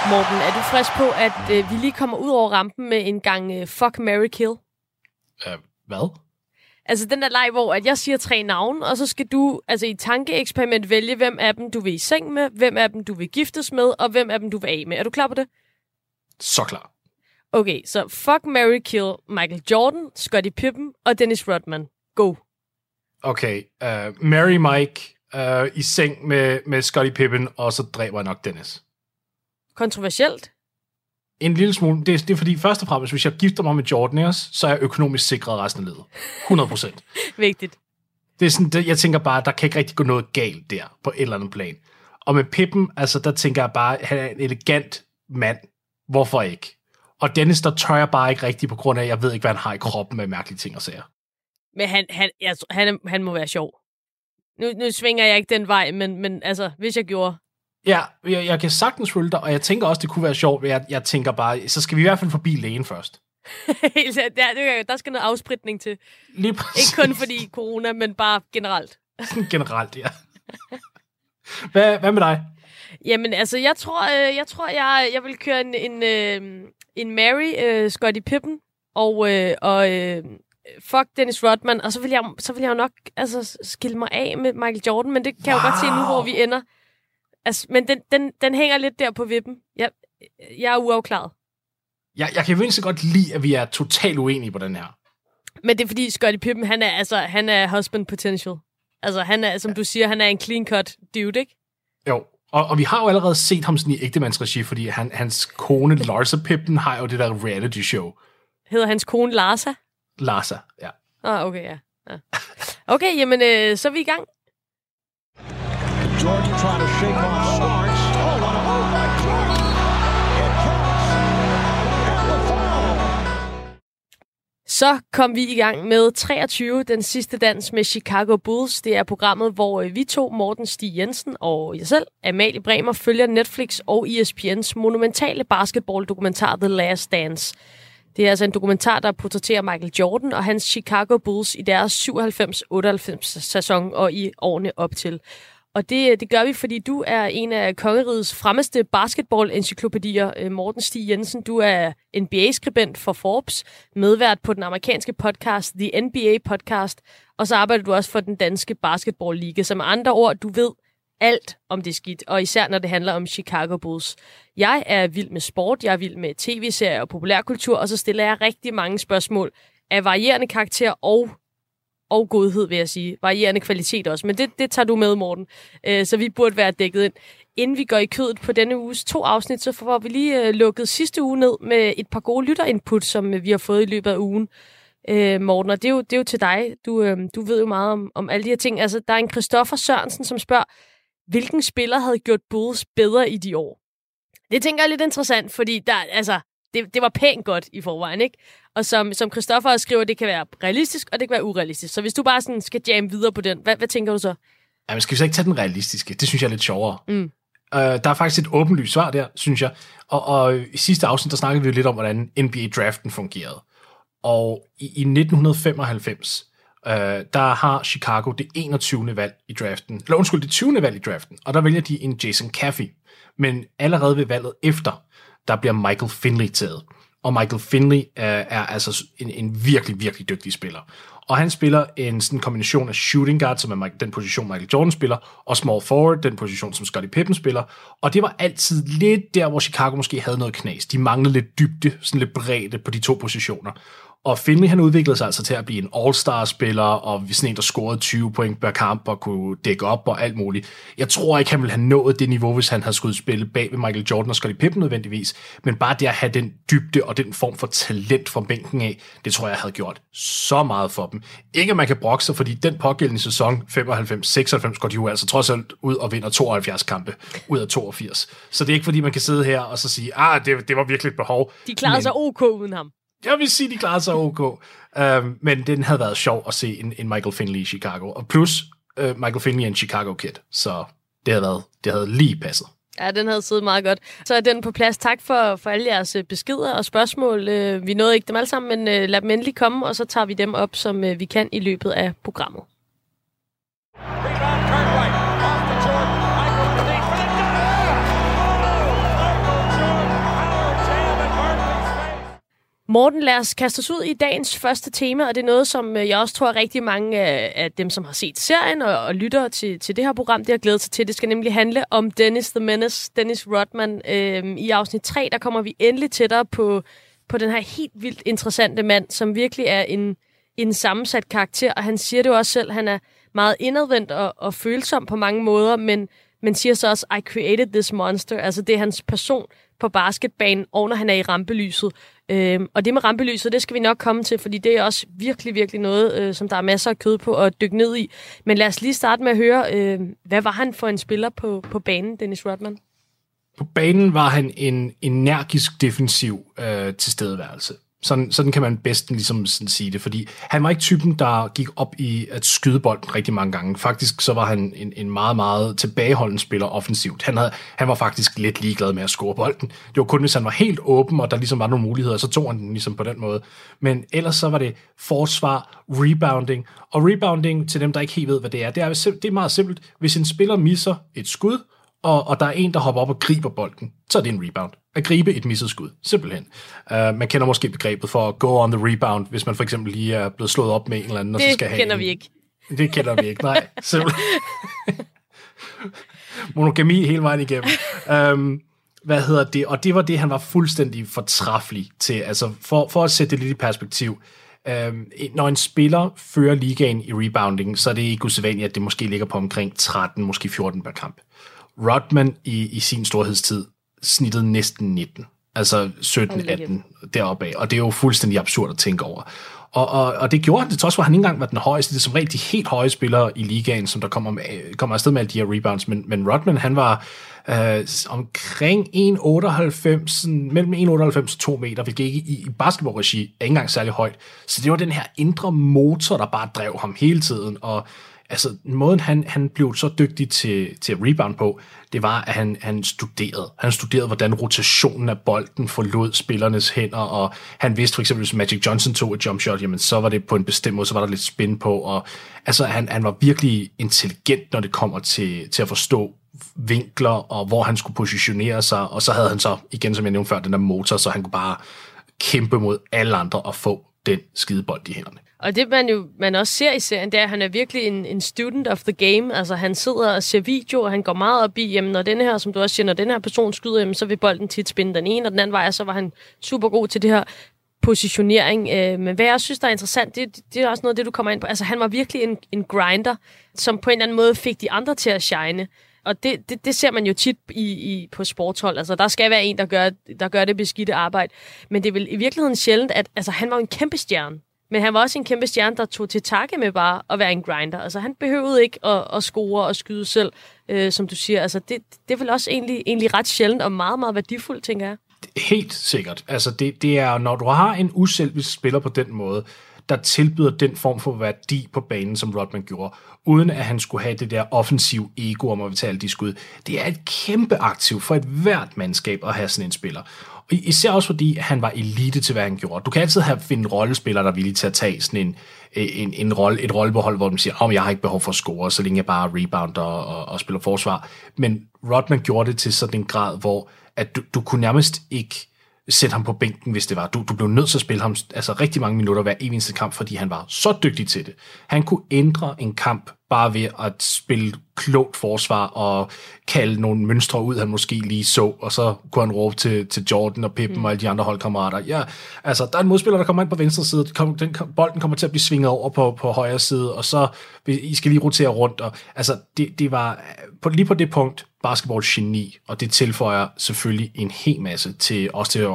Morten, er du frisk på, at vi lige kommer ud over rampen med en gang fuck, marry, kill? Hvad? Altså den der leg, hvor at jeg siger 3 navne, og så skal du altså i tankeeksperiment vælge, hvem af dem du vil i seng med, hvem af dem du vil giftes med, og hvem af dem du vil af med. Er du klar på det? Så klar. Okay, så fuck, marry, kill Michael Jordan, Scottie Pippen og Dennis Rodman. Go. Okay, marry Mike i seng med Scottie Pippen, og så dræber jeg nok Dennis. Kontroversielt? En lille smule. Det er fordi, først og fremmest, hvis jeg gifter mig med Jordan, så er jeg økonomisk sikret resten af livet. 100%. Vigtigt. Det er sådan, jeg tænker bare, der kan ikke rigtig gå noget galt der, på et eller andet plan. Og med Pippen, altså der tænker jeg bare, han er en elegant mand. Hvorfor ikke? Og Dennis, der tør jeg bare ikke rigtigt, på grund af, at jeg ved ikke, hvad han har i kroppen med mærkelige ting og sager. Men han må være sjov. Nu svinger jeg ikke den vej, men altså, hvis jeg gjorde... Ja, jeg kan sagtens følge dig, og jeg tænker også, det kunne være sjovt, men jeg tænker bare, så skal vi i hvert fald forbi lægen først. Der skal noget afspritning til. Lige præcis. Ikke kun fordi corona, men bare generelt. Generelt, ja. Hvad med dig? Jamen, altså, jeg tror, jeg vil køre en Mary, Scottie Pippen, og fuck Dennis Rodman, og så vil jeg jo nok altså, skille mig af med Michael Jordan, men det kan jeg jo godt se nu, hvor vi ender. Altså, men den hænger lidt der på vippen. Jeg er uafklaret. Jeg kan virkelig så godt lide, at vi er totalt uenige på den her. Men det er fordi Scottie Pippen, han er husband potential. Altså, han er, som du siger, han er en clean cut dude, ikke? Jo, og vi har jo allerede set ham sådan i ægtemandsregi, fordi hans kone Larsa Pippen har jo det der reality show. Hedder hans kone Larsa? Larsa, ja. Okay, ja. Okay, jamen, så er vi i gang. Jordan trying to shake off Starks. Oh my God! It counts. And the foul. Så kom vi i gang med 23, den sidste dans med Chicago Bulls. Det er programmet, hvor vi to, Morten Stig Jensen og jeg selv, Amalie Bremer, følger Netflix og ESPN's monumentale basketball-dokumentar The Last Dance. Det er altså en dokumentar, der portrætterer Michael Jordan og hans Chicago Bulls i deres 97-98 sæson og i årene op til. Og det gør vi, fordi du er en af kongerigets fremmeste basketball-encyklopædier, Morten Stig Jensen. Du er NBA-skribent for Forbes, medvært på den amerikanske podcast The NBA Podcast, og så arbejder du også for den danske basketball-liga. Så med andre ord, du ved alt om det skidt, og især når det handler om Chicago Bulls. Jeg er vild med sport, jeg er vild med tv-serier og populærkultur, og så stiller jeg rigtig mange spørgsmål af varierende karakter og godhed, vil jeg sige. Varierende kvalitet også. Men det tager du med, Morten. Så vi burde være dækket ind. Inden vi går i kødet på denne uges 2 afsnit, så får vi lige lukket sidste uge ned med et par gode lytterinput, som vi har fået i løbet af ugen. Morten, og det er jo til dig. Du ved jo meget om alle de her ting. Altså, der er en Christoffer Sørensen, som spørger, hvilken spiller havde gjort Bulls bedre i de år? Det tænker jeg er lidt interessant, fordi det var pænt godt i forvejen, ikke? Og som Christoffer skriver, det kan være realistisk, og det kan være urealistisk. Så hvis du bare sådan skal jamme videre på den, hvad tænker du så? Jamen, skal vi så ikke tage den realistiske? Det synes jeg er lidt sjovere. Der er faktisk et åbenlyst svar der, synes jeg. Og i sidste afsnit, der snakkede vi jo lidt om, hvordan NBA-draften fungerede. Og i 1995, der har Chicago det 21. valg i draften. Eller undskyld, det 20. valg i draften. Og der vælger de en Jason Caffey. Men allerede ved valget efter, der bliver Michael Finley taget. Og Michael Finley er altså en virkelig, virkelig dygtig spiller. Og han spiller en sådan kombination af shooting guard, som er den position, Michael Jordan spiller, og small forward, den position, som Scottie Pippen spiller. Og det var altid lidt der, hvor Chicago måske havde noget knas. De manglede lidt dybde, sådan lidt bredde på de 2 positioner. Og Finley, han udviklede sig altså til at blive en all-star-spiller, og sådan en, der scorede 20 point per kamp, og kunne dække op og alt muligt. Jeg tror ikke, han ville have nået det niveau, hvis han havde skulle spille bag ved Michael Jordan og Scottie Pippen nødvendigvis. Men bare det at have den dybde og den form for talent fra bænken af, det tror jeg havde gjort så meget for dem. Ikke at man kan brokke sig, fordi den pågældende sæson, 95-96, går de jo altså trods alt ud og vinder 72 kampe ud af 82. Så det er ikke fordi, man kan sidde her og så sige, det var virkelig et behov. De klarede sig ok uden ham. Jeg vil sige, de klarede sig ok. Men den havde været sjov at se en Michael Finley i Chicago. Og plus, Michael Finley er en Chicago Kid. Så det havde lige passet. Ja, den havde siddet meget godt. Så er den på plads. Tak for alle jeres beskeder og spørgsmål. Vi nåede ikke dem alle sammen, men lad dem endelig komme, og så tager vi dem op, som vi kan i løbet af programmet. Morten, lad os kaste os ud i dagens første tema, og det er noget, som jeg også tror, at rigtig mange af dem, som har set serien og lytter til det her program, det har glædet sig til. Det skal nemlig handle om Dennis the Menace, Dennis Rodman. I afsnit 3, der kommer vi endelig tættere på den her helt vildt interessante mand, som virkelig er en sammensat karakter, og han siger det jo også selv, han er meget indadvendt og følsom på mange måder, men siger så også, I created this monster, altså det er hans person på basketbanen, og når han er i rampelyset. Og det med rampelyset, det skal vi nok komme til, fordi det er også virkelig, virkelig noget, som der er masser af kød på at dykke ned i. Men lad os lige starte med at høre, hvad var han for en spiller på banen, Dennis Rodman? På banen var han en energisk defensiv tilstedeværelse. Sådan kan man bedst ligesom sådan sige det, fordi han var ikke typen, der gik op i at skyde bolden rigtig mange gange. Faktisk så var han en meget, meget tilbageholdende spiller offensivt. Han var faktisk lidt ligeglad med at score bolden. Det var kun, hvis han var helt åben, og der ligesom var nogle muligheder, så tog han den ligesom på den måde. Men ellers så var det forsvar, rebounding, og rebounding til dem, der ikke helt ved, hvad det er. Det er meget simpelt. Hvis en spiller misser et skud, og der er en, der hopper op og griber bolden, så er det en rebound. At gribe et misset skud, simpelthen. Man kender måske begrebet for go on the rebound, hvis man for eksempel lige er blevet slået op med en eller anden, og så skal have kender vi ikke. Det kender vi ikke, nej. Simpelthen. Monogami hele vejen igennem. Og det var det, han var fuldstændig fortræffelig til. Altså, for at sætte det lidt i perspektiv. Når en spiller fører ligaen i rebounding, så er det ikke usædvanligt, at det måske ligger på omkring 13, måske 14 per kamp. Rodman i sin storhedstid snittede næsten 19. Altså 17-18 deroppe af. Og det er jo fuldstændig absurd at tænke over. Og det gjorde han, det trods for, at han ikke engang var den højeste. Det er som regel de helt høje spillere i ligaen, som der kommer afsted med alle de her rebounds. Men Rodman, han var omkring 1,98, mellem 1,98 og 2 meter, hvilket ikke i basketballregi er ikke engang særlig højt. Så det var den her indre motor, der bare drev ham hele tiden. Og altså, måden han blev så dygtig til at rebound på, det var, at han studerede. Han studerede, hvordan rotationen af bolden forlod spillernes hænder, og han vidste for eksempel, hvis Magic Johnson tog et jump shot, jamen så var det på en bestemt måde, så var der lidt spin på, og altså, han var virkelig intelligent, når det kommer til at forstå vinkler, og hvor han skulle positionere sig, og så havde han så, igen som jeg nævnte før, den der motor, så han kunne bare kæmpe mod alle andre og få den skidebold i hænderne. Og det man også ser i serien, det er, at han er virkelig en student of the game. Altså han sidder og ser video, og han går meget op i, jamen når den her, som du også siger, når den her person skyder, jamen, så vil bolden tit spinde den ene og den anden vej, og så var han super god til det her positionering. Men hvad jeg synes, der er interessant, det er også noget af det, du kommer ind på. Altså han var virkelig en grinder, som på en eller anden måde fik de andre til at shine. Og det ser man jo tit på sportshold. Altså, der skal være en, der gør det beskidte arbejde. Men det er vel i virkeligheden sjældent, at altså, han var en kæmpe stjerne. Men han var også en kæmpe stjerne, der tog til takke med bare at være en grinder. Altså, han behøvede ikke at score og skyde selv, som du siger. Altså, det er vel også egentlig ret sjældent og meget, meget værdifuldt, tænker jeg. Helt sikkert. Altså, det er, når du har en uselvisk spiller på den måde, der tilbyder den form for værdi på banen, som Rodman gjorde, uden at han skulle have det der offensiv ego om at betale de skud. Det er et kæmpe aktiv for et hvert mandskab at have sådan en spiller. Og især også fordi han var elite til, hvad han gjorde. Du kan altid finde rollespillere, der er villige til at tage sådan et rollebehold, hvor de siger, jeg har ikke behov for at score, så længe jeg bare rebounder og spiller forsvar. Men Rodman gjorde det til sådan en grad, hvor at du kunne nærmest ikke sætte ham på bænken, hvis det var. Du blev nødt til at spille ham altså rigtig mange minutter hver eneste kamp, fordi han var så dygtig til det. Han kunne ændre en kamp bare ved at spille klogt forsvar og kalde nogle mønstre ud, han måske lige så, og så kunne han råbe til Jordan og Pippen og alle de andre holdkammerater. Ja, altså, der er en modspiller, der kommer ind på venstre side, bolden kommer til at blive svinget over på højre side, og så I skal lige rotere rundt. Og, altså, det var lige på det punkt basketball-geni, og det tilføjer selvfølgelig en hel masse til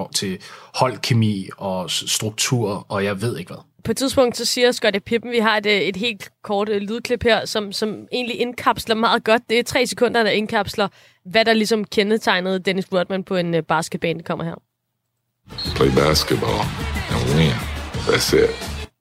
holdkemi og struktur, og jeg ved ikke hvad. På et tidspunkt så siger Scottie Pippen, vi har et helt kort lydklip her, som egentlig indkapsler meget godt. Det er 3 sekunder, der indkapsler, hvad der ligesom kendetegnede Dennis Rodman på en basketbane, der kommer her. Play basketball and win. That's it.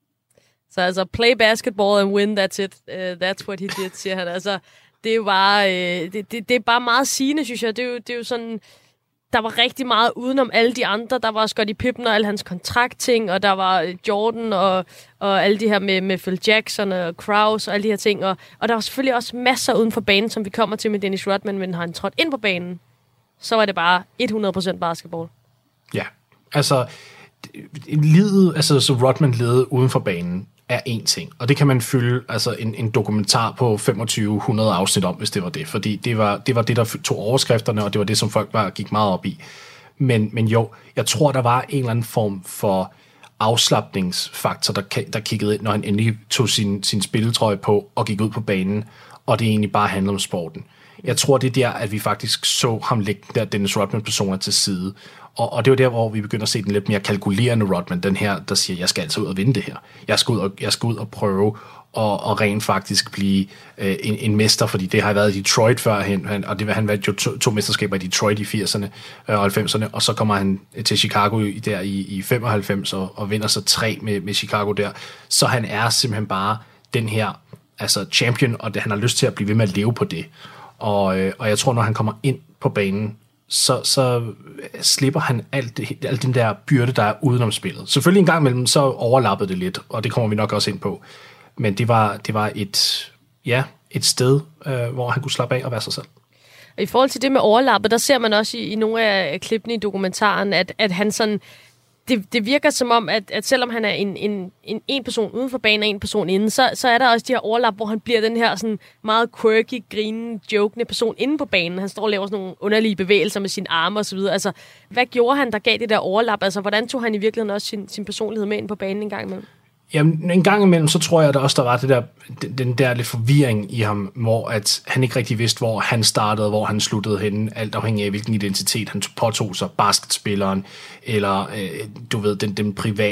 Så altså, play basketball and win, that's it. That's what he did, siger han. Altså, det er jo bare, det er bare meget sigende, synes jeg. Det er jo sådan, der var rigtig meget udenom alle de andre. Der var Scottie Pippen og alle hans kontraktting, og der var Jordan og alle de her med Phil Jackson og Krause og alle de her ting. Og der var selvfølgelig også masser uden for banen, som vi kommer til med Dennis Rodman, men når han trådte ind på banen, så var det bare 100% basketball. Ja, altså livet, altså så Rodman levede uden for banen, er en ting. Og det kan man fylde altså en dokumentar på 2500 afsnit om, hvis det var det. Fordi det var det, der tog overskrifterne, og det var det, som folk gik meget op i. Men jo, jeg tror, der var en eller anden form for afslapningsfaktor, der kiggede ind, når han endelig tog sin spilletrøje på og gik ud på banen, og det egentlig bare handlede om sporten. Jeg tror, det er der, at vi faktisk så ham lægge der Dennis Rodman-personer til side. Og det var der, hvor vi begynder at se den lidt mere kalkulerende Rodman, den her, der siger, jeg skal altså ud og vinde det her. Jeg skal ud og prøve og rent faktisk blive en mester, fordi det har været i Detroit førhen, og han vandt jo to mesterskaber i Detroit i 80'erne og 90'erne, og så kommer han til Chicago der i 95 og vinder så 3 med Chicago der. Så han er simpelthen bare den her altså champion, og han har lyst til at blive ved med at leve på det. Og jeg tror, når han kommer ind på banen, så slipper han alt den der byrde, der er udenom spillet. Selvfølgelig en gang imellem, så overlappede det lidt, og det kommer vi nok også ind på. Men det var et sted, hvor han kunne slappe af og være sig selv. Og i forhold til det med overlappet, der ser man også i nogle af klippene i dokumentaren, at han sådan... Det virker som om, at selvom han er en person uden for banen og en person inde, så er der også de her overlap, hvor han bliver den her sådan meget quirky, grinende, jokende person inde på banen. Han står og laver sådan nogle underlige bevægelser med sine arme og så videre. Altså, hvad gjorde han, der gav det der overlap? Altså, hvordan tog han i virkeligheden også sin personlighed med ind på banen en gang imellem? Jamen, en gang imellem, så tror jeg, at der var den der lidt forvirring i ham, hvor at han ikke rigtig vidste, hvor han startede, hvor han sluttede henne, alt afhængig af, hvilken identitet han påtog sig, basketspilleren, eller du ved, den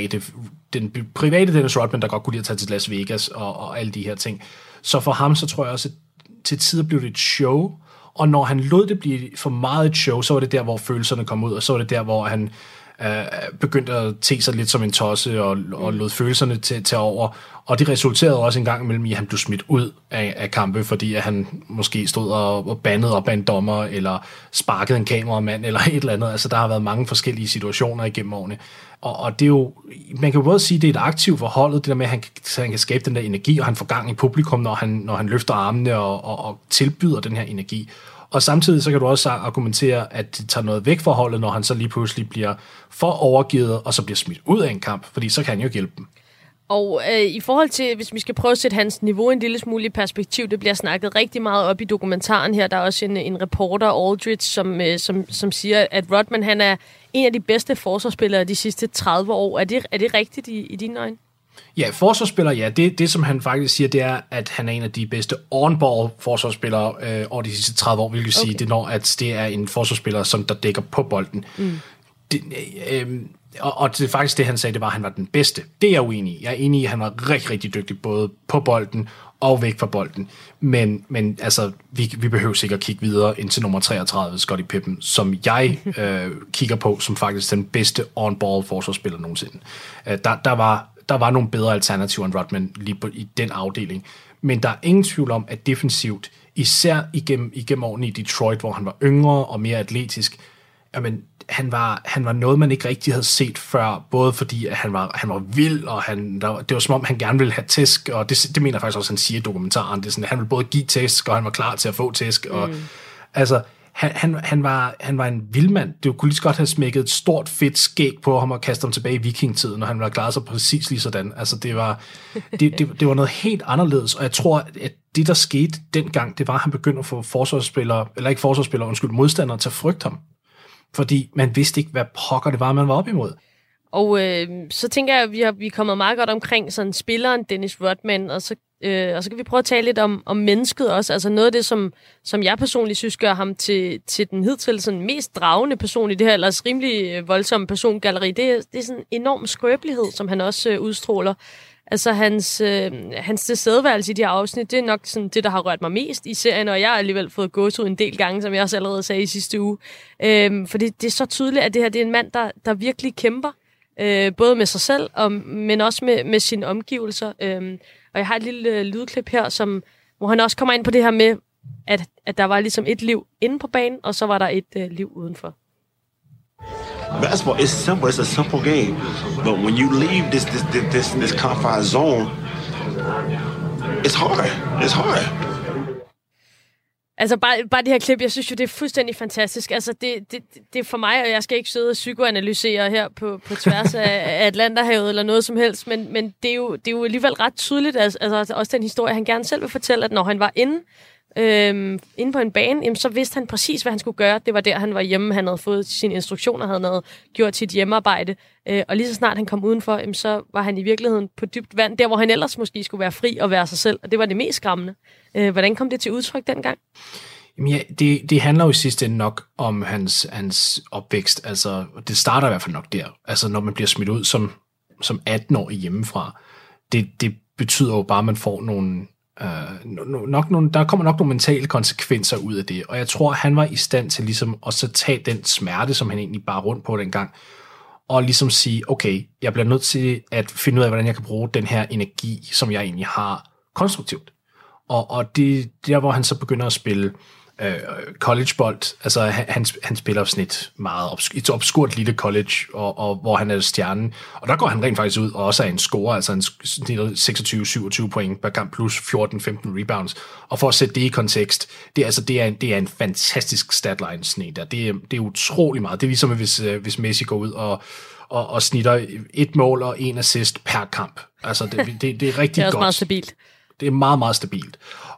private Dennis Rodman, der godt kunne lide at tage til Las Vegas, og alle de her ting. Så for ham, så tror jeg også, at til tider blev det et show, og når han lod det blive for meget et show, så var det der, hvor følelserne kom ud, og så var det der, hvor han begyndte at te sig lidt som en tosse og lod følelserne til over, og det resulterede også en gang imellem i, at han blev smidt ud af kampe, fordi at han måske stod og bandede op af en dommer, eller sparkede en kameramand, eller et eller andet. Altså, der har været mange forskellige situationer igennem årene, og det er jo, man kan jo både sige, at det er et aktivt for holdet, det der med, at han kan skabe den der energi, og han får gang i publikum, når han løfter armene og tilbyder den her energi. Og samtidig så kan du også argumentere, at det tager noget væk fra holdet, når han så lige pludselig bliver for overgivet, og så bliver smidt ud af en kamp, fordi så kan han jo hjælpe dem. Og i forhold til, hvis vi skal prøve at sætte hans niveau en lille smule i perspektiv, det bliver snakket rigtig meget op i dokumentaren her. Der er også en reporter, Aldridge, som siger, at Rodman han er en af de bedste forsvarsspillere de sidste 30 år. Er det rigtigt i dine øjne? Ja, forsvarsspiller, ja. Det, som han faktisk siger, det er, at han er en af de bedste on-ball forsvarsspillere over de sidste 30 år, hvilket sige, det når, at det er en forsvarsspiller, som der dækker på bolden. Og det er faktisk det, han sagde, det var, at han var den bedste. Det er jeg uenig i. Jeg er enig i, at han var rigtig, rigtig dygtig, både på bolden og væk fra bolden. Men altså, vi behøver sikkert kigge videre ind til nummer 33, Scottie Pippen, som jeg kigger på, som faktisk den bedste on-ball forsvarsspiller nogensinde. Der var nogle bedre alternativer end Rodman lige i den afdeling. Men der er ingen tvivl om, at defensivt, især igennem årene i Detroit, hvor han var yngre og mere atletisk, jamen, han var noget, man ikke rigtig havde set før, både fordi at han var vild, og det var som om, han gerne ville have tæsk, og det mener jeg faktisk også, han siger i dokumentaren. Det er sådan, at han ville både give tæsk, og han var klar til at få tæsk. Og, altså, han var en vildmand. Det kunne lige så godt have smækket et stort, fedt skæg på ham og kastet ham tilbage i vikingtiden, og han ville have klaret sig præcis lige sådan. Altså, det var noget helt anderledes, og jeg tror, at det, der skete dengang, det var, at han begyndte at få modstandere til at frygte ham. Fordi man vidste ikke, hvad pokker det var, man var op imod. Og så tænker jeg, at vi er kommet meget godt omkring sådan spilleren Dennis Rodman, og så kan vi prøve at tale lidt om mennesket også. Altså noget af det, som jeg personligt synes gør ham til den hidtil sådan mest dragende person i det her, ellers rimelig voldsomme persongalleri, det er sådan en enorm skrøbelighed, som han også udstråler. Altså hans tilstedeværelse i de her afsnit, det er nok sådan det, der har rørt mig mest i serien, og jeg har alligevel fået gåsehud en del gange, som jeg også allerede sagde i sidste uge. For det er så tydeligt, at det her det er en mand, der virkelig kæmper, både med sig selv, men også med sine omgivelser. Og jeg har et lille lydklip her, hvor han også kommer ind på det her med, at der var ligesom et liv inde på banen, og så var der et liv udenfor. Basketball is simple. It's a simple game, but when you leave this confined zone, it's hard. It's hard. Altså bare det her klip, jeg synes jo, det er fuldstændig fantastisk. Altså det er for mig, og jeg skal ikke sidde og psykoanalysere her på tværs af Atlanterhavet eller noget som helst, men det er jo alligevel ret tydeligt, altså også den historie, han gerne selv vil fortælle, at når han var inde på en bane, jamen, så vidste han præcis, hvad han skulle gøre. Det var der, han var hjemme. Han havde fået sine instruktioner, havde noget, gjort sit hjemmearbejde. Og lige så snart han kom udenfor, jamen, så var han i virkeligheden på dybt vand, der hvor han ellers måske skulle være fri og være sig selv. Og det var det mest skræmmende. Hvordan kom det til udtryk dengang? Jamen ja, det handler jo i sidste ende nok om hans opvækst. Altså, det starter i hvert fald nok der. Altså, når man bliver smidt ud som 18-årig hjemmefra, det betyder jo bare, at man får nogle der kommer nok nogle mentale konsekvenser ud af det, og jeg tror, han var i stand til ligesom at så tage den smerte, som han egentlig bare rundt på dengang, og ligesom sige, okay, jeg bliver nødt til at finde ud af, hvordan jeg kan bruge den her energi, som jeg egentlig har, konstruktivt. Og det der, hvor han så begynder at spille collegebold, altså han spiller sådan et obskurt lille college, og hvor han er stjernen, og der går han rent faktisk ud og også er en scorer, altså en 26-27 point per kamp plus 14-15 rebounds, og for at sætte det i kontekst, det er en fantastisk statline sådan der. Det er utrolig meget. Det er ligesom hvis Messi går ud og snitter et mål og en assist per kamp. Altså det er rigtig det er også godt. meget stabilt. Det er meget, meget stabilt.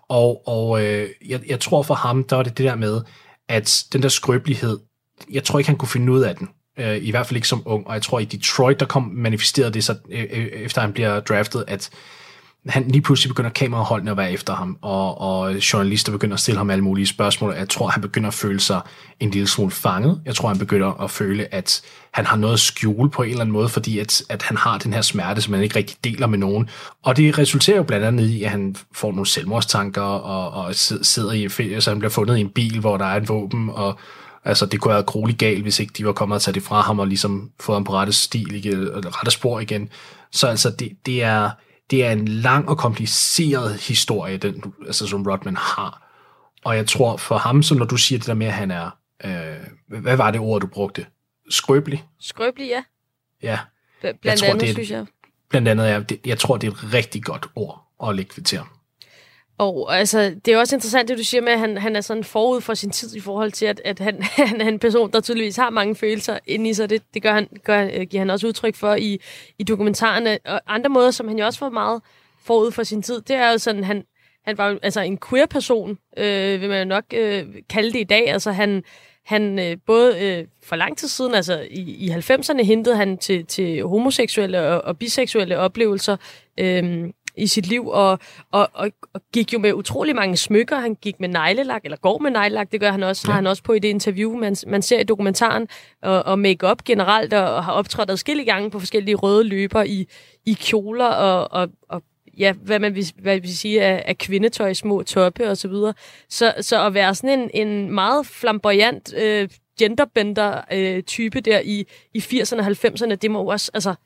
Og jeg tror for ham, der var det der med, at den der skrøbelighed, jeg tror ikke, han kunne finde ud af den. I hvert fald ikke som ung. Og jeg tror, i Detroit, der manifesterede det så, efter han bliver draftet, at han lige pludselig begynder kameraholdene at være efter ham, og journalister begynder at stille ham alle mulige spørgsmål. Jeg tror, han begynder at føle sig en lille smule fanget. Jeg tror, han begynder at føle, at han har noget at skjule på en eller anden måde, fordi at han har den her smerte, som han ikke rigtig deler med nogen. Og det resulterer jo blandt andet i, at han får nogle selvmordstanker, og sidder i, så han bliver fundet i en bil, hvor der er en våben, og altså, det kunne have været grueligt galt, hvis ikke de var kommet og taget det fra ham, og ligesom fået ham på rette spor igen. Så altså, det er en lang og kompliceret historie, som Rodman har. Og jeg tror for ham, så når du siger det der med, at han er... hvad var det ord, du brugte? Skrøbelig? Skrøbelig, ja. Ja. Blandt andet, synes jeg. Blandt andet, jeg tror, det er et rigtig godt ord at lægge til ham. Og altså, det er også interessant, det du siger med, at han er sådan forud for sin tid i forhold til, at han er en person, der tydeligvis har mange følelser inde i sig. Det giver han også udtryk for i dokumentarerne. Og andre måder, som han jo også får meget forud for sin tid, det er jo sådan, han var jo altså en queer-person, vil man jo nok kalde det i dag. Altså han både for lang tid siden, altså i 90'erne, hentede han til homoseksuelle og biseksuelle oplevelser i sit liv, og gik jo med utrolig mange smykker. Han gik med neglelak, eller går med neglelak, det gør han også, har han også på i det interview, man ser i dokumentaren, og make-up generelt, og har optrådt adskillige gange på forskellige røde løber i kjoler, og ja, hvad man vil sige af kvindetøj, små toppe og så videre. Så at være sådan en meget flamboyant genderbender type der i 80'erne og 90'erne, det må også, altså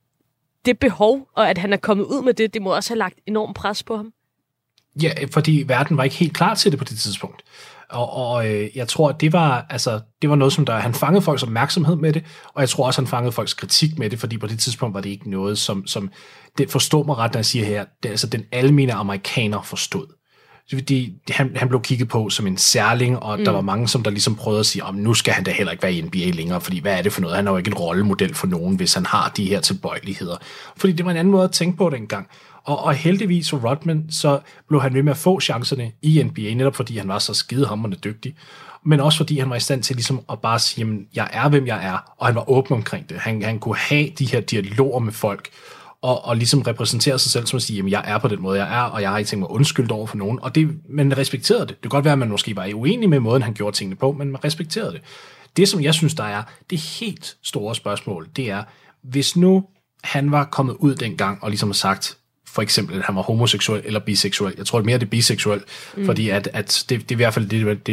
det behov, og at han er kommet ud med det må også have lagt enormt pres på ham. Ja, fordi verden var ikke helt klar til det på det tidspunkt. Og jeg tror, det var noget, som han fangede folks opmærksomhed med det, og jeg tror også, han fangede folks kritik med det, fordi på det tidspunkt var det ikke noget, som det forstår mig ret, når jeg siger her, det, altså den almene amerikaner forstod. Fordi han blev kigget på som en særling, og der var mange, som der ligesom prøvede at sige, nu skal han da heller ikke være i NBA længere, fordi hvad er det for noget? Han er jo ikke en rollemodel for nogen, hvis han har de her tilbøjeligheder. Fordi det var en anden måde at tænke på dengang. Og heldigvis for Rodman, så blev han ved med at få chancerne i NBA, netop fordi han var så skidehamrende dygtig, men også fordi han var i stand til ligesom at bare sige, jamen, jeg er, hvem jeg er, og han var åben omkring det. Han kunne have de her dialoger med folk, og ligesom repræsentere sig selv som at sige, jamen jeg er på den måde, jeg er, og jeg har ikke tænkt mig undskyldt over for nogen, og man respekterede det. Det kan godt være, at man måske var uenig med måden, han gjorde tingene på, men man respekterede det. Det, som jeg synes, der er det helt store spørgsmål, det er, hvis nu han var kommet ud dengang, og ligesom har sagt, for eksempel, at han var homoseksuel eller biseksuel. Jeg tror mere, det er biseksuel, fordi at det er i hvert fald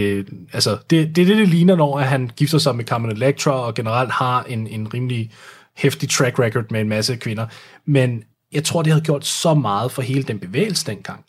det ligner, når han gifter sig med Carmen Electra, og generelt har en rimelig heftig track record med en masse kvinder. Men jeg tror, det havde gjort så meget for hele den bevægelse dengang.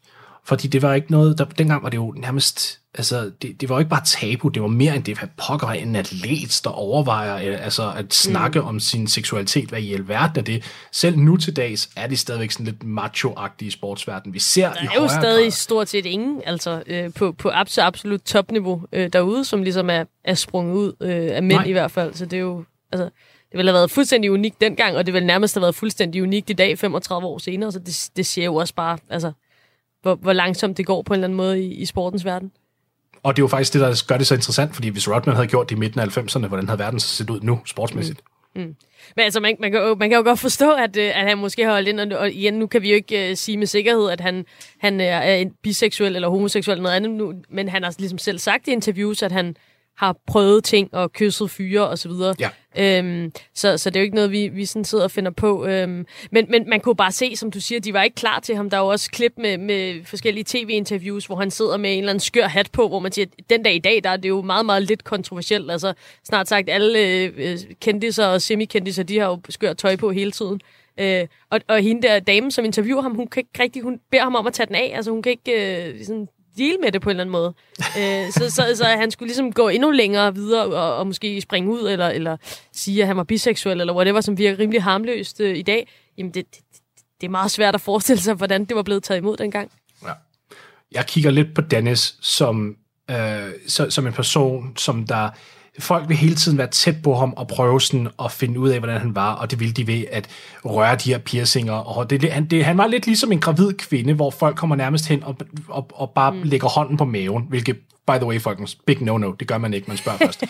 Fordi det var ikke noget, dengang var det jo nærmest, altså det var jo ikke bare tabu, det var mere end det, hvad pokker en atlet, der overvejer altså at snakke om sin seksualitet, hvad i alverden er det. Selv nu til dags er det stadigvæk sådan lidt macho-agtigt i sportsverdenen. Vi ser der i er jo højere stadig grad stort set ingen, altså på absolut topniveau derude, som ligesom er sprunget ud af mænd i hvert fald. Så det er jo, altså, det ville have været fuldstændig unikt dengang, og det ville nærmest have været fuldstændig unikt i dag, 35 år senere. Så det siger jo også bare, altså, hvor langsomt det går på en eller anden måde i sportens verden. Og det er jo faktisk det, der gør det så interessant, fordi hvis Rodman havde gjort det i midten af 90'erne, hvordan havde verden så set ud nu, sportsmæssigt? Men altså, man kan jo godt forstå, at han måske har holdt ind, og igen, nu kan vi jo ikke sige med sikkerhed, at han er biseksuel eller homoseksuel eller noget andet nu, men han har ligesom selv sagt i interviews, at han har prøvet ting og kysset fyre og så videre. Ja. Så det er jo ikke noget, vi sådan sidder og finder på. Men man kunne bare se, som du siger, de var ikke klar til ham. Der er jo også klip med forskellige tv-interviews, hvor han sidder med en eller anden skør hat på, hvor man siger, at den dag i dag, der er det jo meget, meget lidt kontroversielt. Altså snart sagt, alle kendiser og semi-kendiser, de har jo skør tøj på hele tiden. Og hende der dame, som interviewer ham, hun kan ikke rigtig, hun beder ham om at tage den af. Altså hun kan ikke sådan deal med det på en eller anden måde. Så han skulle ligesom gå endnu længere videre og måske springe ud eller sige, at han var biseksuel eller whatever, som virker rimelig harmløst i dag. Jamen det er meget svært at forestille sig, hvordan det var blevet taget imod dengang. Ja. Jeg kigger lidt på Dennis som en person, som der folk vil hele tiden være tæt på ham og prøve sådan at finde ud af, hvordan han var, og det ville de ved at røre de her piercinger. Og han var lidt ligesom en gravid kvinde, hvor folk kommer nærmest hen og bare lægger hånden på maven, hvilket, by the way, folkens, big no-no, det gør man ikke, man spørger først.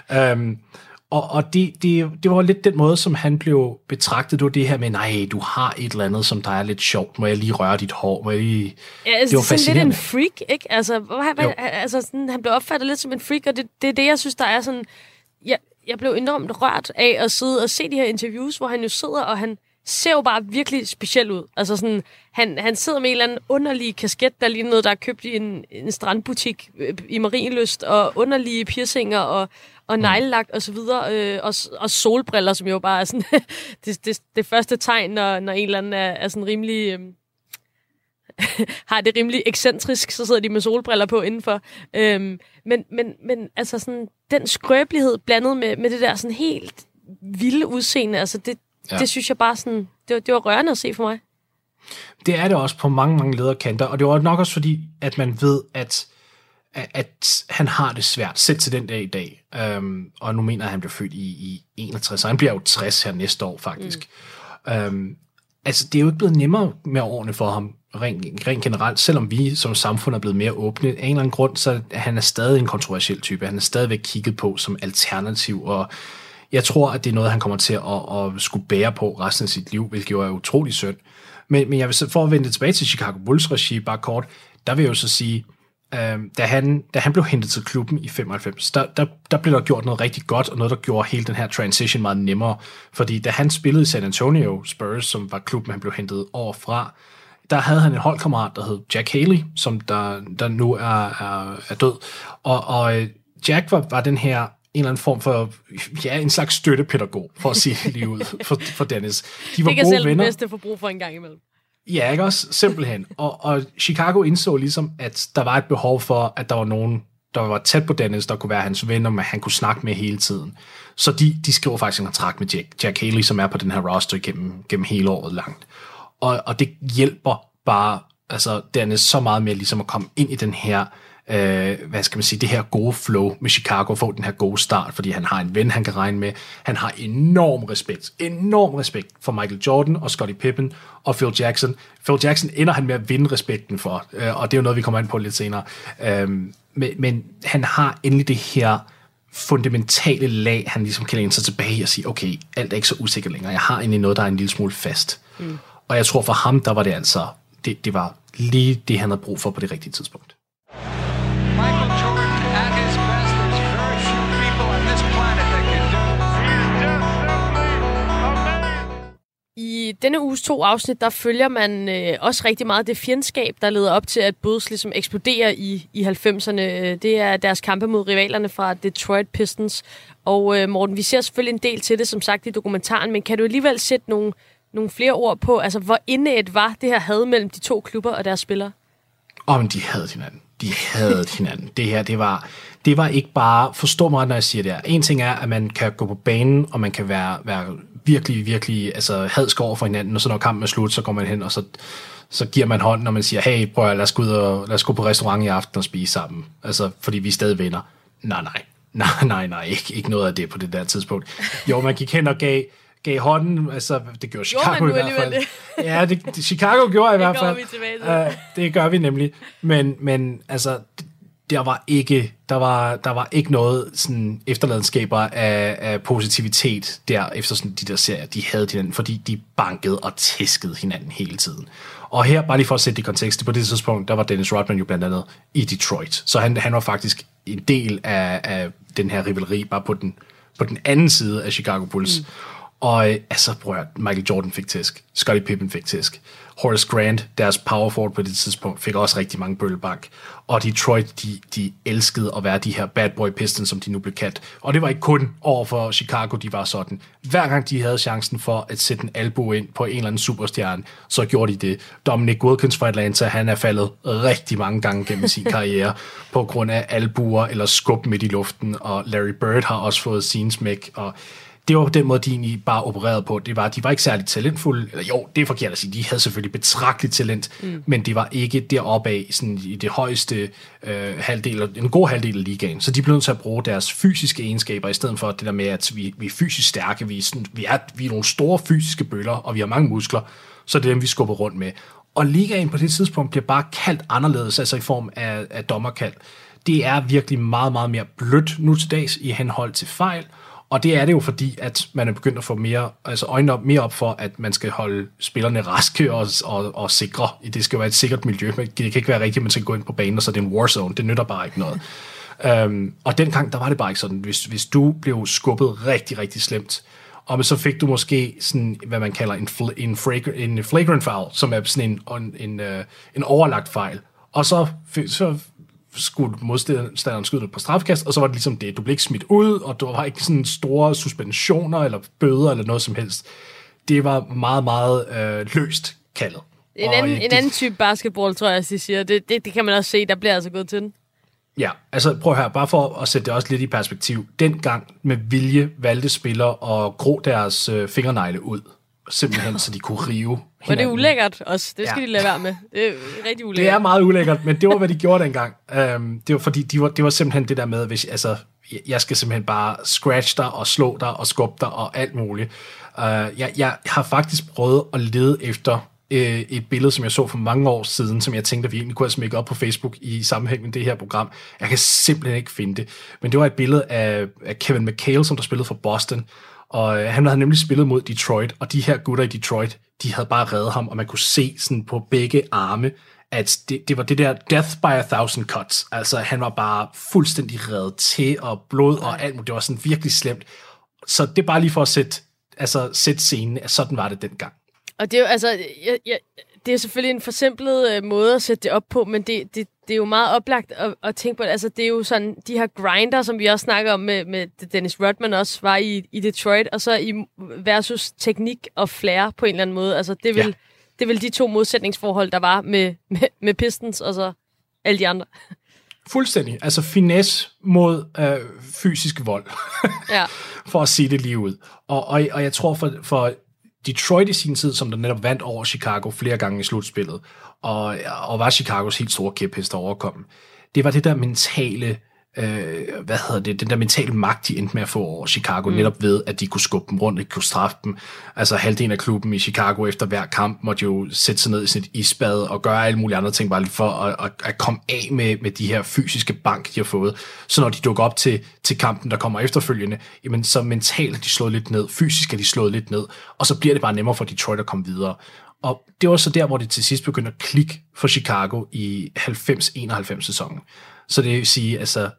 Og det var lidt den måde, som han blev betragtet. Det var det her med, nej, du har et eller andet, som der er lidt sjovt. Må jeg lige røre dit hår? Det var fascinerende. Lidt en freak, ikke? Altså sådan, han blev opfattet lidt som en freak, og det er det, jeg synes, der er sådan... Jeg blev enormt rørt af at sidde og se de her interviews, hvor han jo sidder, og han ser jo bare virkelig speciel ud. Altså sådan, han sidder med en eller anden underlig kasket, der ligner noget, der er købt i en strandbutik i Marienlyst, og underlige piercinger og neglelak og så videre, og solbriller, som jo bare er sådan det første tegn, når en eller anden er sådan rimelig har det rimelig ekscentrisk, så sidder de med solbriller på indenfor. Men altså sådan den skrøbelighed blandet med det der sådan helt vilde udseende, altså det synes jeg bare sådan, det var rørende at se for mig. Det er det også på mange, mange lederkanter, og det var nok også fordi, at man ved, at han har det svært, selv til den dag i dag. Og nu mener jeg, at han blev født i 61, så han bliver jo 60 her næste år, faktisk. Altså, det er jo ikke blevet nemmere med årene for ham, rent generelt, selvom vi som samfund er blevet mere åbne. Af en eller anden grund, så han er stadig en kontroversiel type. Han er stadigvæk kigget på som alternativ, og jeg tror, at det er noget, han kommer til at skulle bære på resten af sit liv, hvilket jo er utrolig synd. Men jeg vil så, for at vende tilbage til Chicago Bulls regi, bare kort, der vil jeg jo så sige, da han blev hentet til klubben i 95, der blev der gjort noget rigtig godt, og noget, der gjorde hele den her transition meget nemmere. Fordi da han spillede i San Antonio Spurs, som var klubben, han blev hentet over fra, der havde han en holdkammerat, der hed Jack Haley, som der nu er død. Og Jack var den her en eller anden form for, en slags støttepædagog, for at sige det lige ud, for Dennis. De var det kan gode selv venner. Det bedste forbrug for en gang imellem. Ja, ikke også? Simpelthen. Og Chicago indså ligesom, at der var et behov for, at der var nogen, der var tæt på Dennis, der kunne være hans venner, men han kunne snakke med hele tiden. Så de skriver faktisk en kontrakt med Jack Haley, som er på den her roster gennem hele året langt. Og det hjælper bare altså Dennis så meget med ligesom at komme ind i den her hvad skal man sige, det her gode flow med Chicago, få den her gode start, fordi han har en ven, han kan regne med. Han har enorm respekt for Michael Jordan og Scottie Pippen og Phil Jackson. Phil Jackson ender han med at vinde respekten for, og det er jo noget, vi kommer ind på lidt senere. Men han har endelig det her fundamentale lag, han ligesom kan læne sig tilbage og sige, okay, alt er ikke så usikkert længere. Jeg har egentlig noget, der er en lille smule fast. Og jeg tror for ham, der var det altså, det var lige det, han havde brug for på det rigtige tidspunkt. Michael Jordan at his best. There's very few people on this planet that can do it. I denne uges 2 afsnit, der følger man også rigtig meget det fjendskab, der leder op til, at Bulls ligesom eksploderer i 90'erne. Det er deres kampe mod rivalerne fra Detroit Pistons. Og Morten, vi ser selvfølgelig en del til det, som sagt, i dokumentaren, men kan du alligevel sætte nogle flere ord på, altså hvor indædt var det her had mellem de to klubber og deres spillere? Men de havde hinanden. De havde hinanden. Det her, det var ikke bare, forstå mig, når jeg siger det her. En ting er, at man kan gå på banen, og man kan være virkelig, virkelig hadsk over for hinanden, og så når kampen er slut, så går man hen, og så giver man hånden, når man siger, hey, prøv at lad os gå på restaurant i aften og spise sammen. Altså, fordi vi er stadig venner. Nej, ikke noget af det på det der tidspunkt. Jo, man gik hen og gav hånden, altså det gjorde Chicago i hvert fald. Ja, det Chicago gjorde i hvert fald. Det gør vi nemlig. Men altså, der var ikke noget sådan efterladenskaber af positivitet der efter sådan de der serier. De havde hinanden, fordi de bankede og tæskede hinanden hele tiden. Og her, bare lige for at sætte det i kontekst, på det tidspunkt, der var Dennis Rodman jo blandt andet i Detroit. Så han var faktisk en del af den her rivaleri, bare på den anden side af Chicago Bulls. Og Michael Jordan fik tæsk, Scottie Pippen fik tæsk, Horace Grant, deres power forward på det tidspunkt, fik også rigtig mange bøllebank. Og Detroit, de elskede at være de her bad boy Pistons, som de nu blev kaldt. Og det var ikke kun over for Chicago, de var sådan. Hver gang de havde chancen for at sætte en albue ind på en eller anden superstjerne, så gjorde de det. Dominic Wilkins fra Atlanta, han er faldet rigtig mange gange gennem sin karriere på grund af albuer eller skub midt i luften, og Larry Bird har også fået sin smæk, og det var på den måde, de egentlig bare opererede på. De var ikke særlig talentfulde. Eller jo, det er forkert at sige. De havde selvfølgelig betragteligt talent, men det var ikke deroppe af sådan i det højeste halvdel, en god halvdel af ligaen. Så de blev nødt til at bruge deres fysiske egenskaber, i stedet for det der med, at vi er fysisk stærke. Vi er nogle store fysiske bøller, og vi har mange muskler, så det er dem, vi skubber rundt med. Og ligaen på det tidspunkt bliver bare kaldt anderledes, altså i form af dommerkald. Det er virkelig meget, meget mere blødt nu til dags i henhold til fejl. Og det er det jo fordi, at man er begyndt at få øjnene mere op for, at man skal holde spillerne raske og sikre. Det skal være et sikkert miljø. Det kan ikke være rigtigt, at man skal gå ind på banen, og så er det en warzone. Det nytter bare ikke noget. Og dengang, der var det bare ikke sådan. Hvis du blev skubbet rigtig, rigtig slemt, og så fik du måske sådan, hvad man kalder en flagrant foul, som er sådan en overlagt fejl. Og så skulle modstanderen skyde på strafkast, og så var det ligesom det. Du blev ikke smidt ud, og der var ikke sådan store suspensioner, eller bøder, eller noget som helst. Det var meget, meget løst kaldet. En anden type basketball, tror jeg, de siger. Det kan man også se, der bliver altså gået til den. Ja, altså prøv her, bare for at sætte det også lidt i perspektiv. Dengang med vilje valgte spillere at gro deres fingernegle ud, simpelthen, så de kunne rive hinanden. Og det er ulækkert også. Det skal de lade være med. Det er rigtig ulækkert. Det er meget ulækkert, men det var, hvad de gjorde dengang. Det var fordi, det var simpelthen det der med, hvis jeg skal simpelthen bare scratch dig og slå dig og skubbe dig og alt muligt. Jeg har faktisk prøvet at lede efter et billede, som jeg så for mange år siden, som jeg tænkte, at vi egentlig kunne have smækket op på Facebook i sammenhæng med det her program. Jeg kan simpelthen ikke finde det. Men det var et billede af Kevin McHale, som der spillede for Boston. Og han havde nemlig spillet mod Detroit, og de her gutter i Detroit, de havde bare reddet ham, og man kunne se sådan på begge arme, at det var det der death by 1000 cuts. Altså, han var bare fuldstændig reddet til, og blod og alt muligt. Det var sådan virkelig slemt. Så det er bare lige for at sætte scenen, at sådan var det dengang. Og det er jo altså, det er selvfølgelig en forsimplet måde at sætte det op på, men det er jo meget oplagt at tænke på det. Altså, det er jo sådan, de her grinder, som vi også snakker om med Dennis Rodman også var i Detroit, og så i versus teknik og flair på en eller anden måde. Altså, det er vel de to modsætningsforhold, der var med Pistons og så alle de andre. Fuldstændig. Altså finesse mod fysisk vold. Ja. For at sige det lige ud. Og jeg tror for Detroit i sin tid, som der netop vandt over Chicago flere gange i slutspillet, og var Chicagos helt store kæphest at overkomme. Det var det der mentale, den der mentale magt, de endte med at få over Chicago, netop ved, at de kunne skubbe dem rundt, ikke kunne straffe dem. Altså halvdelen af klubben i Chicago efter hver kamp måtte jo sætte sig ned i sådan et isbad og gøre alle mulige andre ting, bare for at komme af med de her fysiske bank, de har fået. Så når de dukker op til kampen, der kommer efterfølgende, jamen så mentalt er de slået lidt ned, fysisk er de slået lidt ned, og så bliver det bare nemmere for Detroit at komme videre. Og det var så der, hvor det til sidst begyndte at klikke for Chicago i 90-91 sæsonen. Så det vil sige,